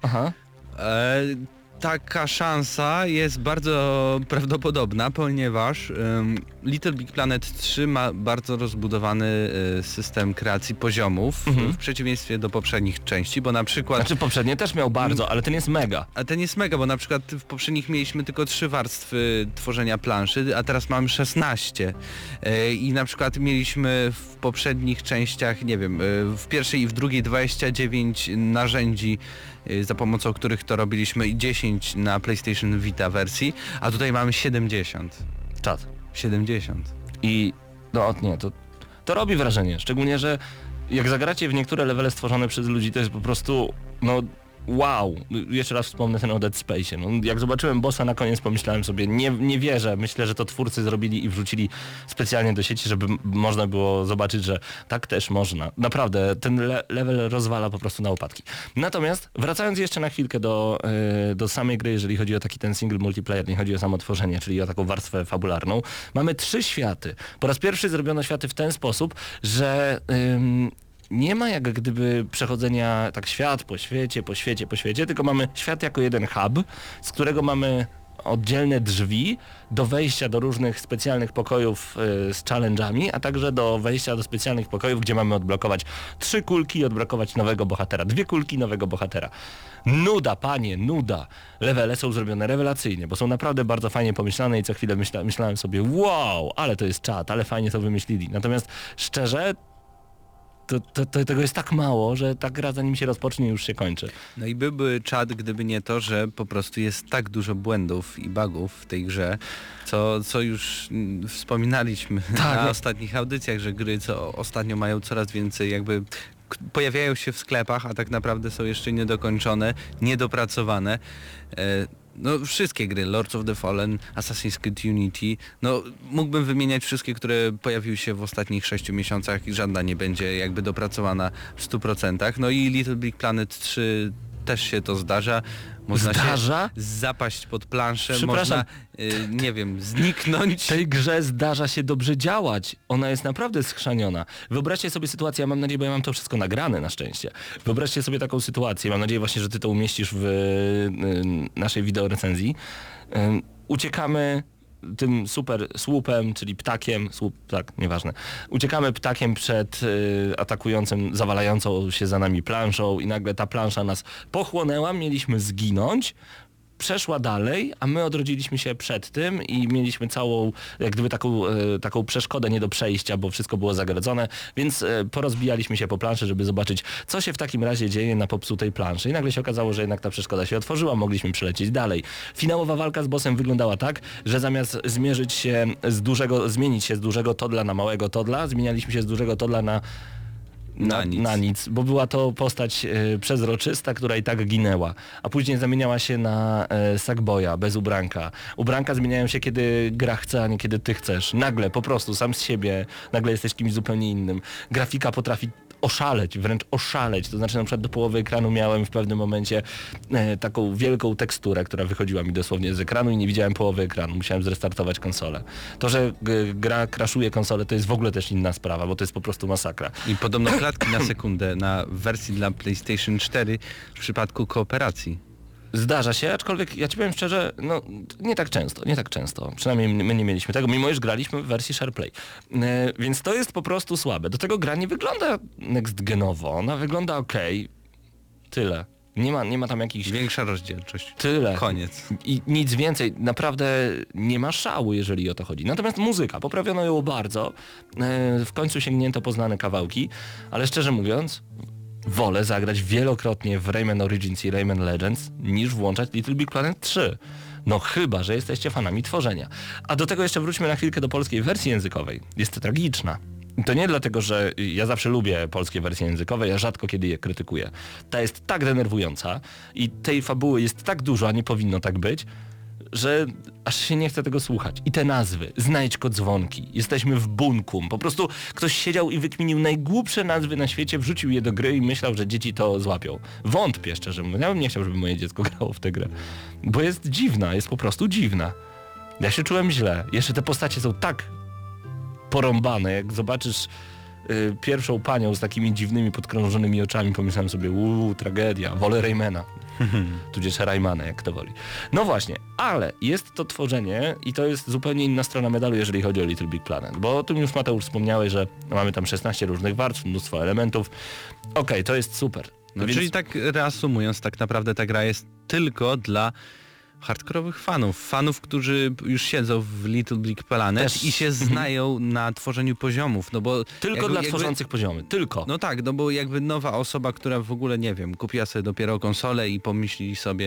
taka szansa jest bardzo prawdopodobna, ponieważ Little Big Planet 3 ma bardzo rozbudowany system kreacji poziomów, w przeciwieństwie do poprzednich części, bo na przykład... Znaczy poprzednie też miał bardzo, ale ten jest mega. A ten jest mega, bo na przykład w poprzednich mieliśmy tylko 3 warstwy tworzenia planszy, a teraz mamy 16. I na przykład mieliśmy w poprzednich częściach, nie wiem, w pierwszej i w drugiej 29 narzędzi, za pomocą których to robiliśmy, i 10 na PlayStation Vita wersji, a tutaj mamy 70. Czad. 70. I to robi wrażenie, szczególnie, że jak zagracie w niektóre levele stworzone przez ludzi, to jest po prostu, wow, jeszcze raz wspomnę ten o Dead Space. Jak zobaczyłem bossa na koniec, pomyślałem sobie, nie wierzę, myślę, że to twórcy zrobili i wrzucili specjalnie do sieci, żeby można było zobaczyć, że tak też można. Naprawdę, ten level rozwala po prostu na łopatki. Natomiast, wracając jeszcze na chwilkę do samej gry, jeżeli chodzi o taki ten single multiplayer, nie chodzi o samo tworzenie, czyli o taką warstwę fabularną, mamy 3 światy. Po raz pierwszy zrobiono światy w ten sposób, że... nie ma jak gdyby przechodzenia tak świat po świecie, tylko mamy świat jako jeden hub, z którego mamy oddzielne drzwi do wejścia do różnych specjalnych pokojów z challenge'ami, a także do wejścia do specjalnych pokojów, gdzie mamy odblokować 3 kulki i odblokować nowego bohatera, 2 kulki nowego bohatera. Nuda, panie, nuda. Levele są zrobione rewelacyjnie, bo są naprawdę bardzo fajnie pomyślane i co chwilę myślałem sobie, wow, ale to jest czad, ale fajnie to wymyślili. Natomiast szczerze, tego jest tak mało, że ta gra zanim się rozpocznie już się kończy. No i byłby czad, gdyby nie to, że po prostu jest tak dużo błędów i bugów w tej grze, co już wspominaliśmy na ostatnich audycjach, że gry ostatnio mają coraz więcej jakby pojawiają się w sklepach, a tak naprawdę są jeszcze niedokończone, niedopracowane. Wszystkie gry, Lords of the Fallen, Assassin's Creed Unity, mógłbym wymieniać wszystkie, które pojawiły się w ostatnich 6 miesiącach i żadna nie będzie jakby dopracowana w 100%. I Little Big Planet 3 też się to zdarza. Można się zapaść pod planszę, można, nie wiem, zniknąć. Tej grze zdarza się dobrze działać. Ona jest naprawdę schrzaniona. Wyobraźcie sobie sytuację, ja mam nadzieję, bo ja mam to wszystko nagrane na szczęście. Wyobraźcie sobie taką sytuację, mam nadzieję właśnie, że ty to umieścisz w naszej wideorecenzji. Uciekamy tym super słupem, czyli ptakiem, nieważne. Uciekamy ptakiem przed atakującym, zawalającą się za nami planszą i nagle ta plansza nas pochłonęła, mieliśmy zginąć, przeszła dalej, a my odrodziliśmy się przed tym i mieliśmy całą, jak gdyby taką przeszkodę nie do przejścia, bo wszystko było zagrodzone, więc porozbijaliśmy się po planszy, żeby zobaczyć, co się w takim razie dzieje na popsutej planszy. I nagle się okazało, że jednak ta przeszkoda się otworzyła, mogliśmy przelecieć dalej. Finałowa walka z bossem wyglądała tak, że zamiast zmienić się z dużego todla na małego todla, zmienialiśmy się z dużego todla na na nic, bo była to postać przezroczysta, która i tak ginęła, a później zamieniała się na Sackboya bez ubranka. Ubranka zmieniają się, kiedy gra chce, a nie kiedy ty chcesz. Nagle, po prostu, sam z siebie, nagle jesteś kimś zupełnie innym. Grafika potrafi oszaleć, wręcz oszaleć. To znaczy na przykład do połowy ekranu miałem w pewnym momencie taką wielką teksturę, która wychodziła mi dosłownie z ekranu i nie widziałem połowy ekranu. Musiałem zrestartować konsolę. To, że gra crashuje konsolę, to jest w ogóle też inna sprawa, bo to jest po prostu masakra. I podobno klatki na sekundę na wersji dla PlayStation 4 w przypadku kooperacji. Zdarza się, aczkolwiek ja ci powiem szczerze, no nie tak często. Przynajmniej my nie mieliśmy tego, mimo iż graliśmy w wersji SharePlay. Więc to jest po prostu słabe. Do tego gra nie wygląda next genowo, ona wygląda okej. Tyle. Nie ma tam jakichś... Większa rozdzielczość. Tyle. Koniec. I nic więcej. Naprawdę nie ma szału, jeżeli o to chodzi. Natomiast muzyka, poprawiono ją bardzo. W końcu sięgnięto po znane kawałki, ale szczerze mówiąc, wolę zagrać wielokrotnie w Rayman Origins i Rayman Legends, niż włączać Little Big Planet 3. No chyba, że jesteście fanami tworzenia. A do tego jeszcze wróćmy na chwilkę do polskiej wersji językowej. Jest tragiczna. To nie dlatego, że ja zawsze lubię polskie wersje językowe, ja rzadko kiedy je krytykuję. Ta jest tak denerwująca i tej fabuły jest tak dużo, a nie powinno tak być, że aż się nie chce tego słuchać. I te nazwy, znajdź dzwonki, jesteśmy w bunkum. Po prostu ktoś siedział i wykminił najgłupsze nazwy na świecie, wrzucił je do gry i myślał, że dzieci to złapią. Wątpię, szczerze mówiąc. Ja bym nie chciał, żeby moje dziecko grało w tę grę. Bo jest dziwna, jest po prostu dziwna. Ja się czułem źle. Jeszcze te postacie są tak porąbane, jak zobaczysz pierwszą panią z takimi dziwnymi, podkrążonymi oczami, pomyślałem sobie, tragedia, wolę Raymana. Tudzież Raymana, jak kto woli. No właśnie, ale jest to tworzenie i to jest zupełnie inna strona medalu, jeżeli chodzi o Little Big Planet, bo o tym już Mateusz wspomniałeś, że mamy tam 16 różnych warstw, mnóstwo elementów. Okej, to jest super. No Więc... Czyli tak reasumując, tak naprawdę ta gra jest tylko dla hardkorowych fanów, którzy już siedzą w Little Big Planet i się znają na tworzeniu poziomów, no bo... Tylko dla tworzących poziomy, tylko. No tak, no bo jakby nowa osoba, która w ogóle, nie wiem, kupiła sobie dopiero konsolę i pomyśli sobie,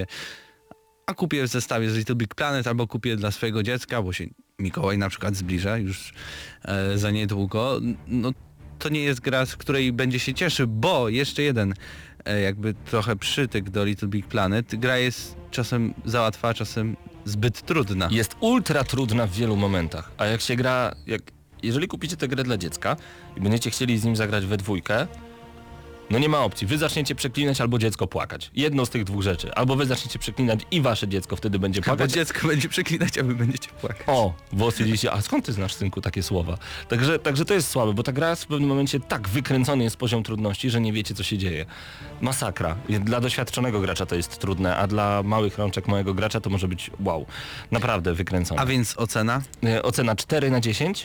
a kupię w zestawie z Little Big Planet albo kupię dla swojego dziecka, bo się Mikołaj na przykład zbliża już za niedługo, no to nie jest gra, z której będzie się cieszył, bo jeszcze jeden jakby trochę przytyk do Little Big Planet. Gra jest czasem za łatwa, czasem zbyt trudna. Jest ultra trudna w wielu momentach, a jak się gra, jeżeli kupicie tę grę dla dziecka i będziecie chcieli z nim zagrać we dwójkę, no nie ma opcji. Wy zaczniecie przeklinać albo dziecko płakać. Jedną z tych dwóch rzeczy. Albo wy zaczniecie przeklinać i wasze dziecko wtedy będzie płakać. Albo dziecko będzie przeklinać, a wy będziecie płakać. O, bo stwierdziliście, a skąd ty znasz, synku, takie słowa? Także to jest słabe, bo ta gra w pewnym momencie tak wykręcony jest poziom trudności, że nie wiecie, co się dzieje. Masakra. Dla doświadczonego gracza to jest trudne, a dla małych rączek małego gracza to może być wow. Naprawdę wykręcone. A więc ocena? Ocena 4/10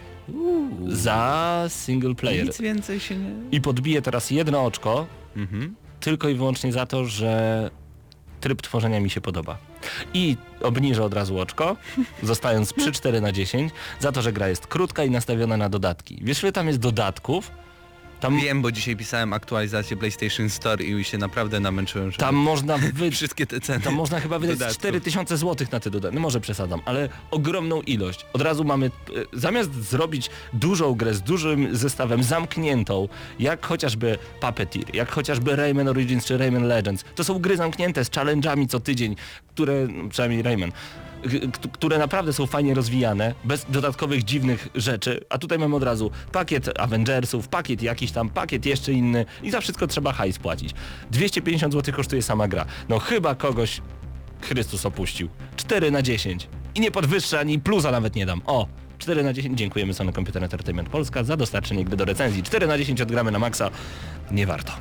za single player. Nic więcej się nie... I podbiję teraz jedno oczko, tylko i wyłącznie za to, że tryb tworzenia mi się podoba. I obniżę od razu oczko, zostając przy 4/10, za to, że gra jest krótka i nastawiona na dodatki. Wiesz, ile tam jest dodatków? Tam... Wiem, bo dzisiaj pisałem aktualizację PlayStation Store i się naprawdę namęczyłem, żeby... Tam można wszystkie te ceny. Tam można chyba wydać 4000 zł na te dodatki. No może przesadzam, ale ogromną ilość. Od razu mamy, zamiast zrobić dużą grę z dużym zestawem, zamkniętą, jak chociażby Puppeteer, jak chociażby Rayman Origins czy Rayman Legends, to są gry zamknięte z challenge'ami co tydzień, które, przynajmniej Rayman, które naprawdę są fajnie rozwijane, bez dodatkowych dziwnych rzeczy, a tutaj mamy od razu pakiet Avengersów, pakiet jakiś tam, pakiet jeszcze inny i za wszystko trzeba hajs płacić. 250 zł kosztuje sama gra. No chyba kogoś Chrystus opuścił. 4/10. I nie podwyższę ani plusa nawet nie dam. O! 4/10. Dziękujemy Sony Computer Entertainment Polska za dostarczenie gry do recenzji. 4/10 odgramy na maksa. Nie warto.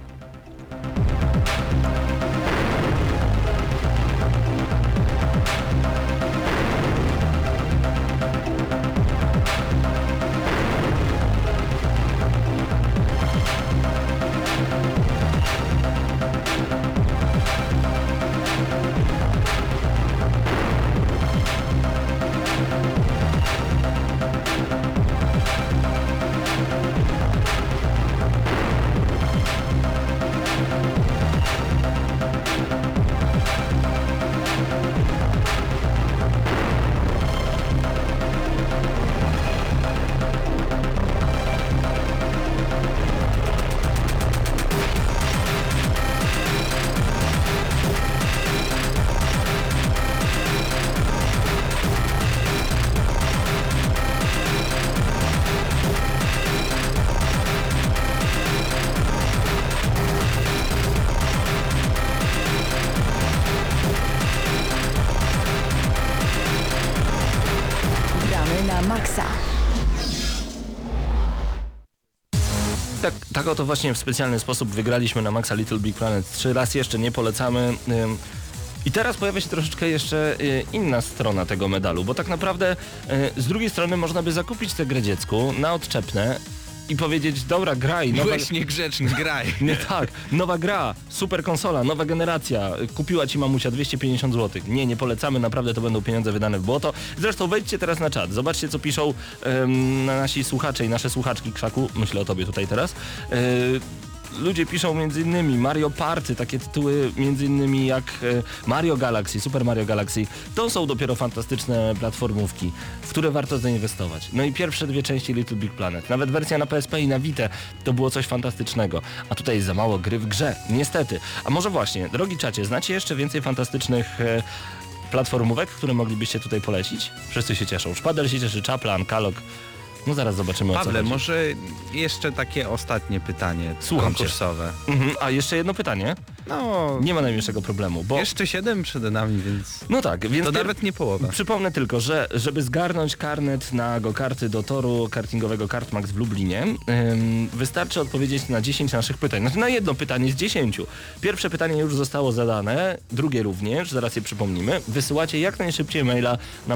Tak oto właśnie w specjalny sposób wygraliśmy na Maxa Little Big Planet 3. Raz jeszcze nie polecamy. I teraz pojawia się troszeczkę jeszcze inna strona tego medalu, bo tak naprawdę z drugiej strony można by zakupić tę grę dziecku na odczepne i powiedzieć, dobra, graj. Byłeś niegrzeczny, graj. Nie tak, nowa gra, super konsola, nowa generacja, kupiła ci mamusia 250 zł. Nie polecamy, naprawdę to będą pieniądze wydane w błoto. Zresztą wejdźcie teraz na czat, zobaczcie co piszą nasi słuchacze i nasze słuchaczki Krzaku, myślę o tobie tutaj teraz. Ludzie piszą m.in. Mario Party, takie tytuły m.in. jak Mario Galaxy, Super Mario Galaxy. To są dopiero fantastyczne platformówki, w które warto zainwestować. No i pierwsze 2 części Little Big Planet. Nawet wersja na PSP i na Vita to było coś fantastycznego. A tutaj jest za mało gry w grze, niestety. A może właśnie, drogi czacie, znacie jeszcze więcej fantastycznych platformówek, które moglibyście tutaj polecić? Wszyscy się cieszą. Szpadel się cieszy, Czapla, Ankalog. No zaraz zobaczymy, Pawle, o co chodzi. może jeszcze takie ostatnie pytanie konkursowe. A jeszcze jedno pytanie? No, nie ma najmniejszego problemu, bo... Jeszcze 7 przed nami, więc... No tak, więc... To nawet nie połowa. Przypomnę tylko, że żeby zgarnąć karnet na go-karty do toru kartingowego Kartmax w Lublinie, wystarczy odpowiedzieć na 10 naszych pytań. Znaczy na jedno pytanie z 10. Pierwsze pytanie już zostało zadane, drugie również, zaraz je przypomnimy. Wysyłacie jak najszybciej maila na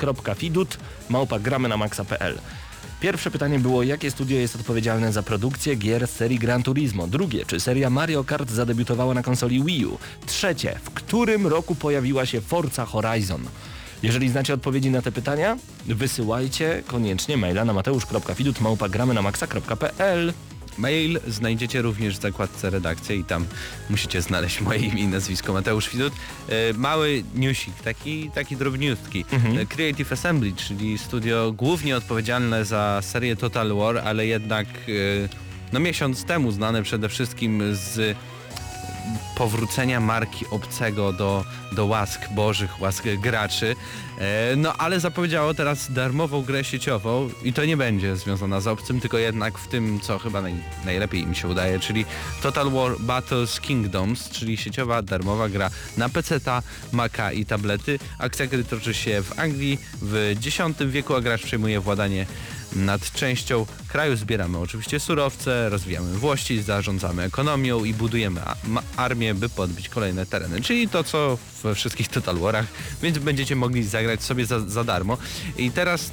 mateusz.fidut@gramenamaxa.pl. Pierwsze pytanie było, jakie studio jest odpowiedzialne za produkcję gier z serii Gran Turismo? Drugie, czy seria Mario Kart zadebiutowała na konsoli Wii U? Trzecie, w którym roku pojawiła się Forza Horizon? Jeżeli znacie odpowiedzi na te pytania, wysyłajcie koniecznie maila na mateusz.fidut@gramenamaxa.pl. Mail znajdziecie również w zakładce redakcja i tam musicie znaleźć moje imię i nazwisko, Mateusz Fidut. Mały newsik, taki drobniutki. Creative Assembly, czyli studio głównie odpowiedzialne za serię Total War, ale jednak miesiąc temu znane przede wszystkim z powrócenia marki obcego do łask bożych, łask graczy. Ale zapowiedziało teraz darmową grę sieciową i to nie będzie związana z obcym, tylko jednak w tym, co chyba najlepiej im się udaje, czyli Total War Battles Kingdoms, czyli sieciowa, darmowa gra na PC-ta, Maca i tablety. Akcja gry toczy się w Anglii w X wieku, a gracz przejmuje władanie nad częścią kraju, zbieramy oczywiście surowce, rozwijamy włości, zarządzamy ekonomią i budujemy armię, by podbić kolejne tereny. Czyli to, co we wszystkich Total Warach, więc będziecie mogli zagrać sobie za darmo. I teraz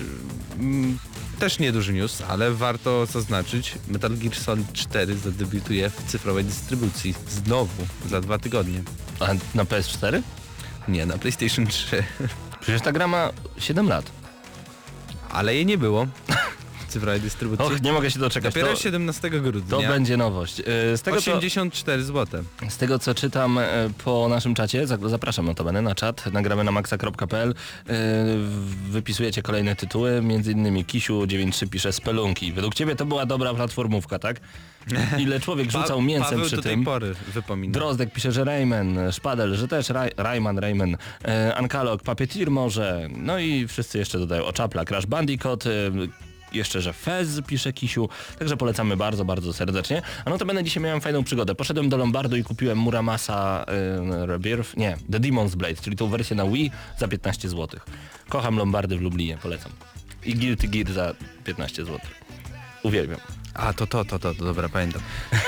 też nieduży news, ale warto zaznaczyć, Metal Gear Solid 4 zadebiutuje w cyfrowej dystrybucji. Znowu, za 2 tygodnie. A na PS4? Nie, na PlayStation 3. Przecież ta gra ma 7 lat. Ale jej nie było. Cyfrowej dystrybucji. Och, nie mogę się doczekać. Dopiero 17 grudnia. To będzie nowość. Z tego, 84 zł. Z tego co czytam po naszym czacie, zapraszam notabene na czat, nagramy na maxa.pl, wypisujecie kolejne tytuły, między innymi Kisiu93 pisze Spelunki. Według ciebie to była dobra platformówka, tak? Ile człowiek rzucał mięsem Paweł przy do tej tym. pory wypomina. Drozdek pisze, że Rayman, Szpadel, że też Rayman, Ankalog, Puppeteer może, no i wszyscy jeszcze dodają Oczapla, Crash Bandicoot, jeszcze, że Fez pisze Kisiu, także polecamy bardzo, bardzo serdecznie. A no to będę dzisiaj miałem fajną przygodę. Poszedłem do Lombardu i kupiłem Muramasa Rebirth, nie, The Demon's Blade, czyli tą wersję na Wii za 15 zł. Kocham Lombardy w Lublinie, polecam. I Guilty Gear za 15 zł. Uwielbiam. A, to, dobra, pamiętam.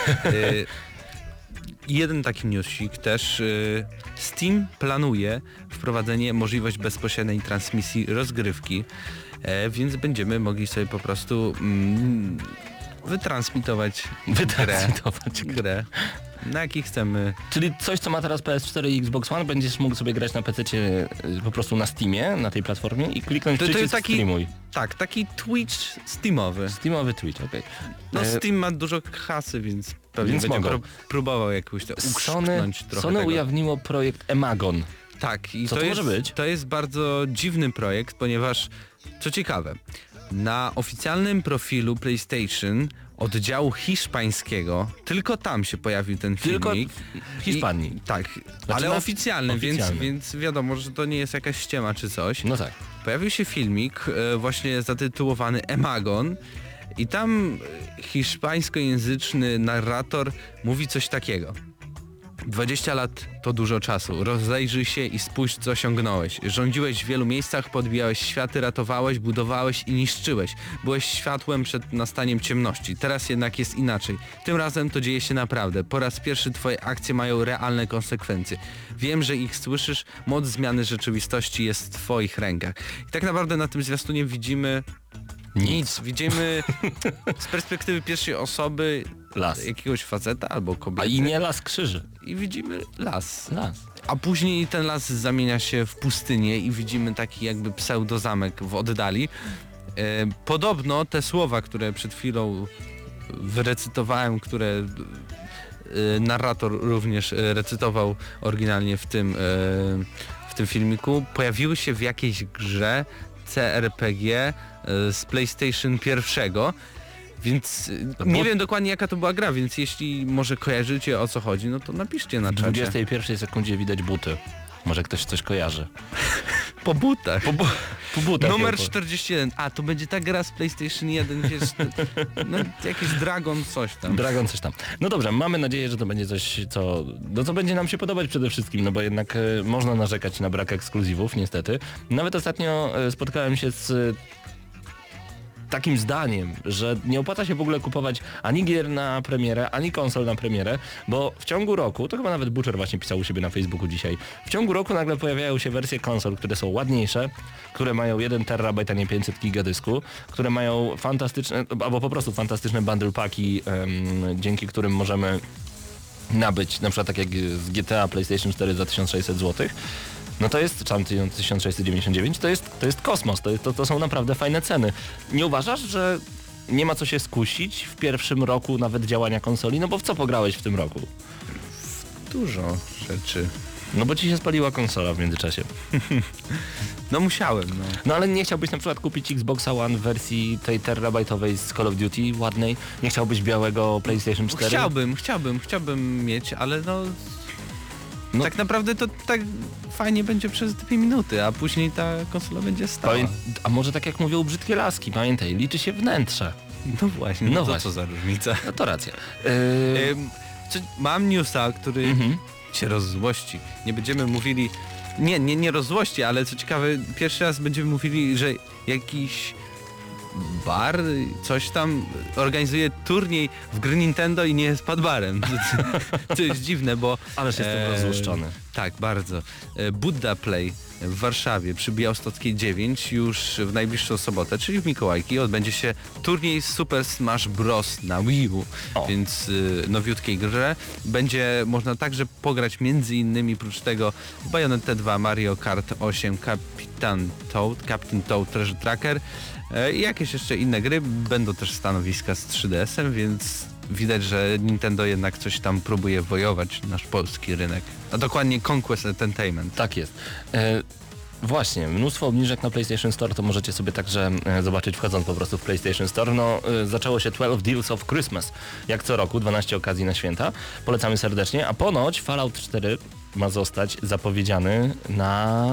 Jeden taki newsik też. Steam planuje wprowadzenie możliwość bezpośredniej transmisji rozgrywki, więc będziemy mogli sobie po prostu wytransmitować grę, na jaki chcemy. Czyli coś, co ma teraz PS4 i Xbox One, będziesz mógł sobie grać na PC-cie po prostu na Steamie, na tej platformie i kliknąć to jest taki, streamuj. Tak, taki Twitch Steamowy. Steamowy Twitch, okej. No Steam ma dużo kasy, więc pewnie będzie próbował jakoś to uszczknąć trochę Sony tego. ujawniło projekt Emagon. Tak, i co to może być? To jest bardzo dziwny projekt, ponieważ, co ciekawe, na oficjalnym profilu PlayStation oddziału hiszpańskiego, tylko tam się pojawił ten filmik. Tylko w Hiszpanii. Tak, ale oficjalny. Więc wiadomo, że to nie jest jakaś ściema czy coś. No tak. Pojawił się filmik właśnie zatytułowany Emagon i tam hiszpańskojęzyczny narrator mówi coś takiego. 20 lat to dużo czasu. Rozejrzyj się i spójrz, co osiągnąłeś. Rządziłeś w wielu miejscach, podbijałeś światy, ratowałeś, budowałeś i niszczyłeś. Byłeś światłem przed nastaniem ciemności. Teraz jednak jest inaczej. Tym razem to dzieje się naprawdę. Po raz pierwszy twoje akcje mają realne konsekwencje. Wiem, że ich słyszysz. Moc zmiany rzeczywistości jest w twoich rękach. I tak naprawdę na tym zwiastunie widzimy nic. Widzimy z perspektywy pierwszej osoby las. Jakiegoś faceta albo kobiety. A i nie las krzyży. I widzimy las. Las. A później ten las zamienia się w pustynię i widzimy taki jakby pseudozamek w oddali. Podobno te słowa, które przed chwilą wyrecytowałem, które narrator również recytował oryginalnie w tym filmiku, pojawiły się w jakiejś grze CRPG z PlayStation 1. Więc nie wiem dokładnie jaka to była gra, więc jeśli może kojarzycie o co chodzi, no to napiszcie na czacie. W 21 sekundzie widać buty. Może ktoś coś kojarzy. Po butach. Po butach. Numer 41. A, to będzie ta gra z PlayStation 1, wiesz, no, jakiś Dragon coś tam. Dragon coś tam. No dobrze, mamy nadzieję, że to będzie coś, co będzie nam się podobać przede wszystkim, no bo jednak można narzekać na brak ekskluzywów, niestety. Nawet ostatnio spotkałem się z takim zdaniem, że nie opłaca się w ogóle kupować ani gier na premierę, ani konsol na premierę, bo w ciągu roku, to chyba nawet Butcher właśnie pisał u siebie na Facebooku dzisiaj, w ciągu roku nagle pojawiają się wersje konsol, które są ładniejsze, które mają 1 terabajt, a nie 500 giga dysku, które mają fantastyczne, albo po prostu fantastyczne bundle packi, dzięki którym możemy nabyć, na przykład tak jak z GTA PlayStation 4 za 1600 zł. No to jest, czy 1699, to jest kosmos, to są naprawdę fajne ceny. Nie uważasz, że nie ma co się skusić w pierwszym roku nawet działania konsoli? No bo w co pograłeś w tym roku? Dużo rzeczy. No bo ci się spaliła konsola w międzyczasie. No musiałem, no. No ale nie chciałbyś na przykład kupić Xboxa One w wersji tej terabajtowej z Call of Duty ładnej? Nie chciałbyś białego PlayStation 4? Chciałbym mieć, ale no tak naprawdę to tak fajnie będzie przez 2 minuty, a później ta konsola będzie stała. A może tak jak mówią brzydkie laski, pamiętaj, liczy się wnętrze. No właśnie, no to właśnie. co za różnica. No to racja. Mam newsa, który się rozzłości. Nie będziemy mówili, nie rozzłości, ale co ciekawe, pierwszy raz będziemy mówili, że jakiś bar, coś tam organizuje turniej w gry Nintendo i nie jest padbarem. To jest dziwne, bo... Ależ jestem rozzłoszczony. Tak, bardzo. Buddha Play w Warszawie przy Białostockiej 9 już w najbliższą sobotę, czyli w Mikołajki, odbędzie się turniej Super Smash Bros. Na Wii U, więc nowiutkiej grze. Będzie można także pograć między innymi prócz tego Bayonetta 2, Mario Kart 8, Captain Toad Treasure Tracker i jakieś jeszcze inne gry. Będą też stanowiska z 3DS-em, więc widać, że Nintendo jednak coś tam próbuje wojować nasz polski rynek. A dokładnie Conquest Entertainment. Tak jest. Właśnie, mnóstwo obniżek na PlayStation Store, to możecie sobie także zobaczyć wchodząc po prostu w PlayStation Store. No, zaczęło się 12 Deals of Christmas, jak co roku, 12 okazji na święta. Polecamy serdecznie, a ponoć Fallout 4 ma zostać zapowiedziany na...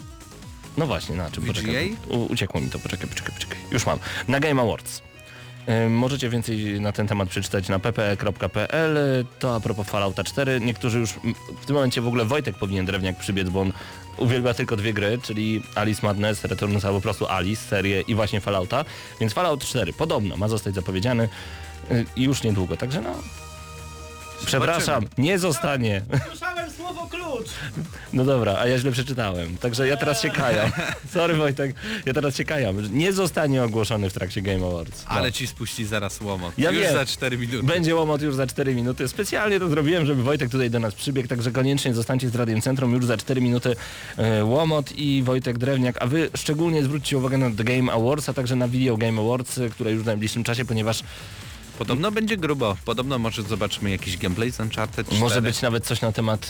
No właśnie, na czym? Poczekaj. Uciekło mi to, poczekaj. Już mam. Na Game Awards. Możecie więcej na ten temat przeczytać na ppe.pl. To a propos Fallouta 4. Niektórzy już w tym momencie w ogóle Wojtek powinien Drewniak przybiec, bo on uwielbia tylko 2 gry, czyli Alice Madness, Returns, albo po prostu Alice, serię i właśnie Fallouta. Więc Fallout 4 podobno ma zostać zapowiedziany już niedługo, także no... Przepraszam, nie zostanie. Słyszałem słowo klucz! No dobra, a ja źle przeczytałem. Także ja teraz się kajam. Sorry Wojtek, ja teraz się kajam. Nie zostanie ogłoszony w trakcie Game Awards. No. Ale ci spuści zaraz łomot. Ja już wiem. za 4 minuty. Będzie łomot już za 4 minuty. Specjalnie to zrobiłem, żeby Wojtek tutaj do nas przybiegł, także koniecznie zostańcie z Radiem Centrum. Już za 4 minuty łomot i Wojtek Drewniak. A wy szczególnie zwróćcie uwagę na The Game Awards, a także na Video Game Awards, które już w najbliższym czasie, ponieważ podobno będzie grubo. Podobno może zobaczymy jakiś gameplay z Uncharted 4. Może być nawet coś na temat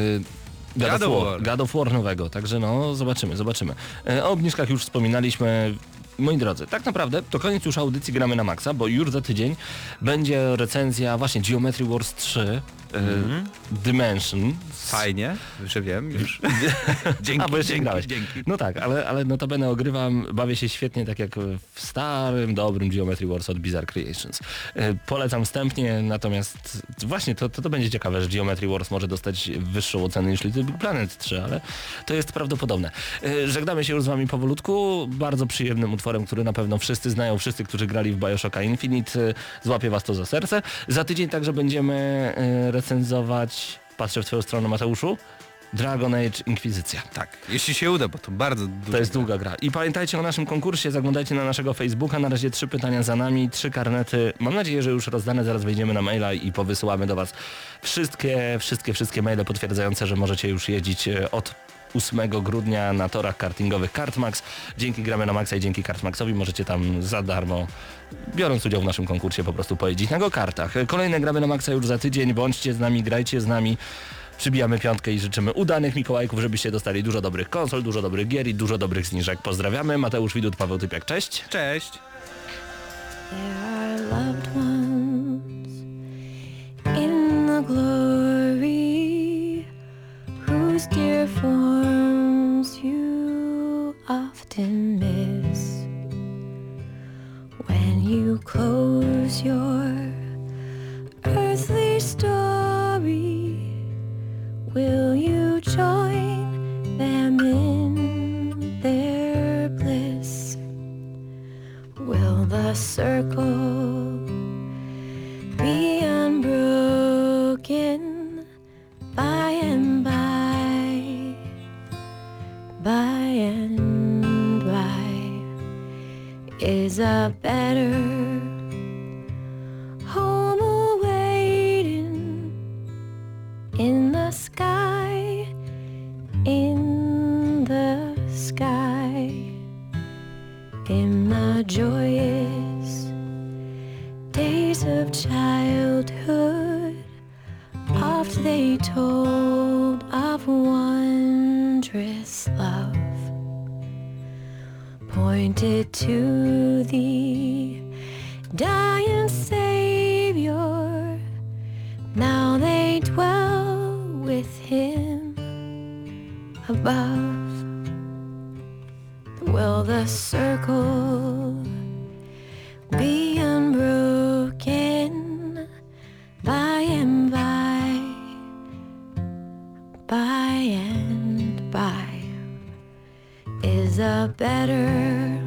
God of War nowego. Także no, zobaczymy. O obniżkach już wspominaliśmy. Moi drodzy, tak naprawdę to koniec już audycji Gramy na Maxa, bo już za tydzień będzie recenzja właśnie Geometry Wars 3 Dimension. Fajnie, że wiem już. Dzięki. A, bo jeszcze grałeś. Dzięki. No tak, ale notabene bawię się świetnie, tak jak w starym, dobrym Geometry Wars od Bizarre Creations. Polecam wstępnie, natomiast właśnie to będzie ciekawe, że Geometry Wars może dostać wyższą ocenę niż Little Big Planet 3, ale to jest prawdopodobne. Żegnamy się już z wami powolutku, bardzo przyjemnym utworem, który na pewno wszyscy znają, wszyscy, którzy grali w Bioshocka Infinite, złapie was to za serce. Za tydzień także będziemy recenzować, patrzę w twoją stronę, Mateuszu, Dragon Age Inkwizycja. Tak, jeśli się uda, bo to bardzo dużo. To jest długa gra. I pamiętajcie o naszym konkursie, zaglądajcie na naszego Facebooka, na razie 3 pytania za nami, 3 karnety, mam nadzieję, że już rozdane, zaraz wejdziemy na maila i powysyłamy do was wszystkie maile potwierdzające, że możecie już jeździć od 8 grudnia na torach kartingowych Kartmax. Dzięki Gramy na Maxa i dzięki Kartmaxowi możecie tam za darmo, biorąc udział w naszym konkursie, po prostu pojeździć na go-kartach. Kolejne Gramy na Maxa już za tydzień, bądźcie z nami, grajcie z nami. Przybijamy piątkę i życzymy udanych Mikołajków, żebyście dostali dużo dobrych konsol, dużo dobrych gier i dużo dobrych zniżek. Pozdrawiamy. Mateusz Widut, Paweł Typiak, cześć. Cześć. There are loved ones in the glory whose dear forms you often miss when you close your earthly story. Will you join them in their bliss? Will the circle be unbroken by and by, by and by? Is a better home awaiting in the sky, in the sky, in the joyous days of childhood. Oft they told of wondrous love, pointed to the dying Savior. Now they dwell with him above. Will the circle be unbroken by and by, by and by? Is a better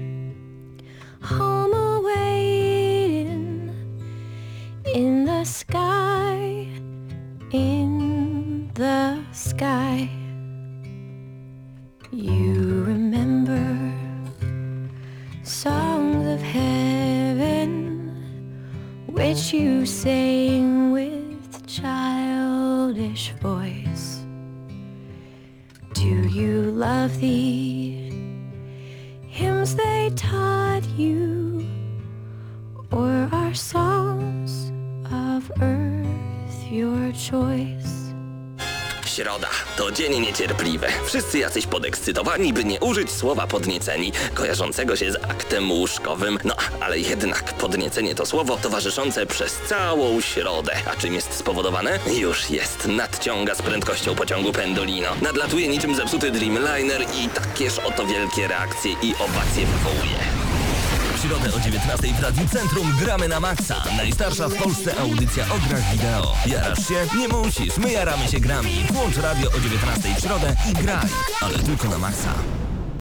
home awaiting in the sky, in the sky? You remember songs of heaven which you sang with childish voice. Do you love the hymns they taught you, or are songs of earth your choice? Środa to dzień niecierpliwy. Wszyscy jacyś podekscytowani, by nie użyć słowa podnieceni, kojarzącego się z aktem łóżkowym. No, ale jednak podniecenie to słowo towarzyszące przez całą środę. A czym jest spowodowane? Już jest. Nadciąga z prędkością pociągu Pendolino. Nadlatuje niczym zepsuty Dreamliner i takież oto wielkie reakcje i owacje wywołuje. W środę o 19:00 w Radiu Centrum Gramy na Maxa. Najstarsza w Polsce audycja o grach wideo. Jarasz się? Nie musisz. My jaramy się grami. Włącz radio o 19:00 w środę i graj. Ale tylko na Maxa.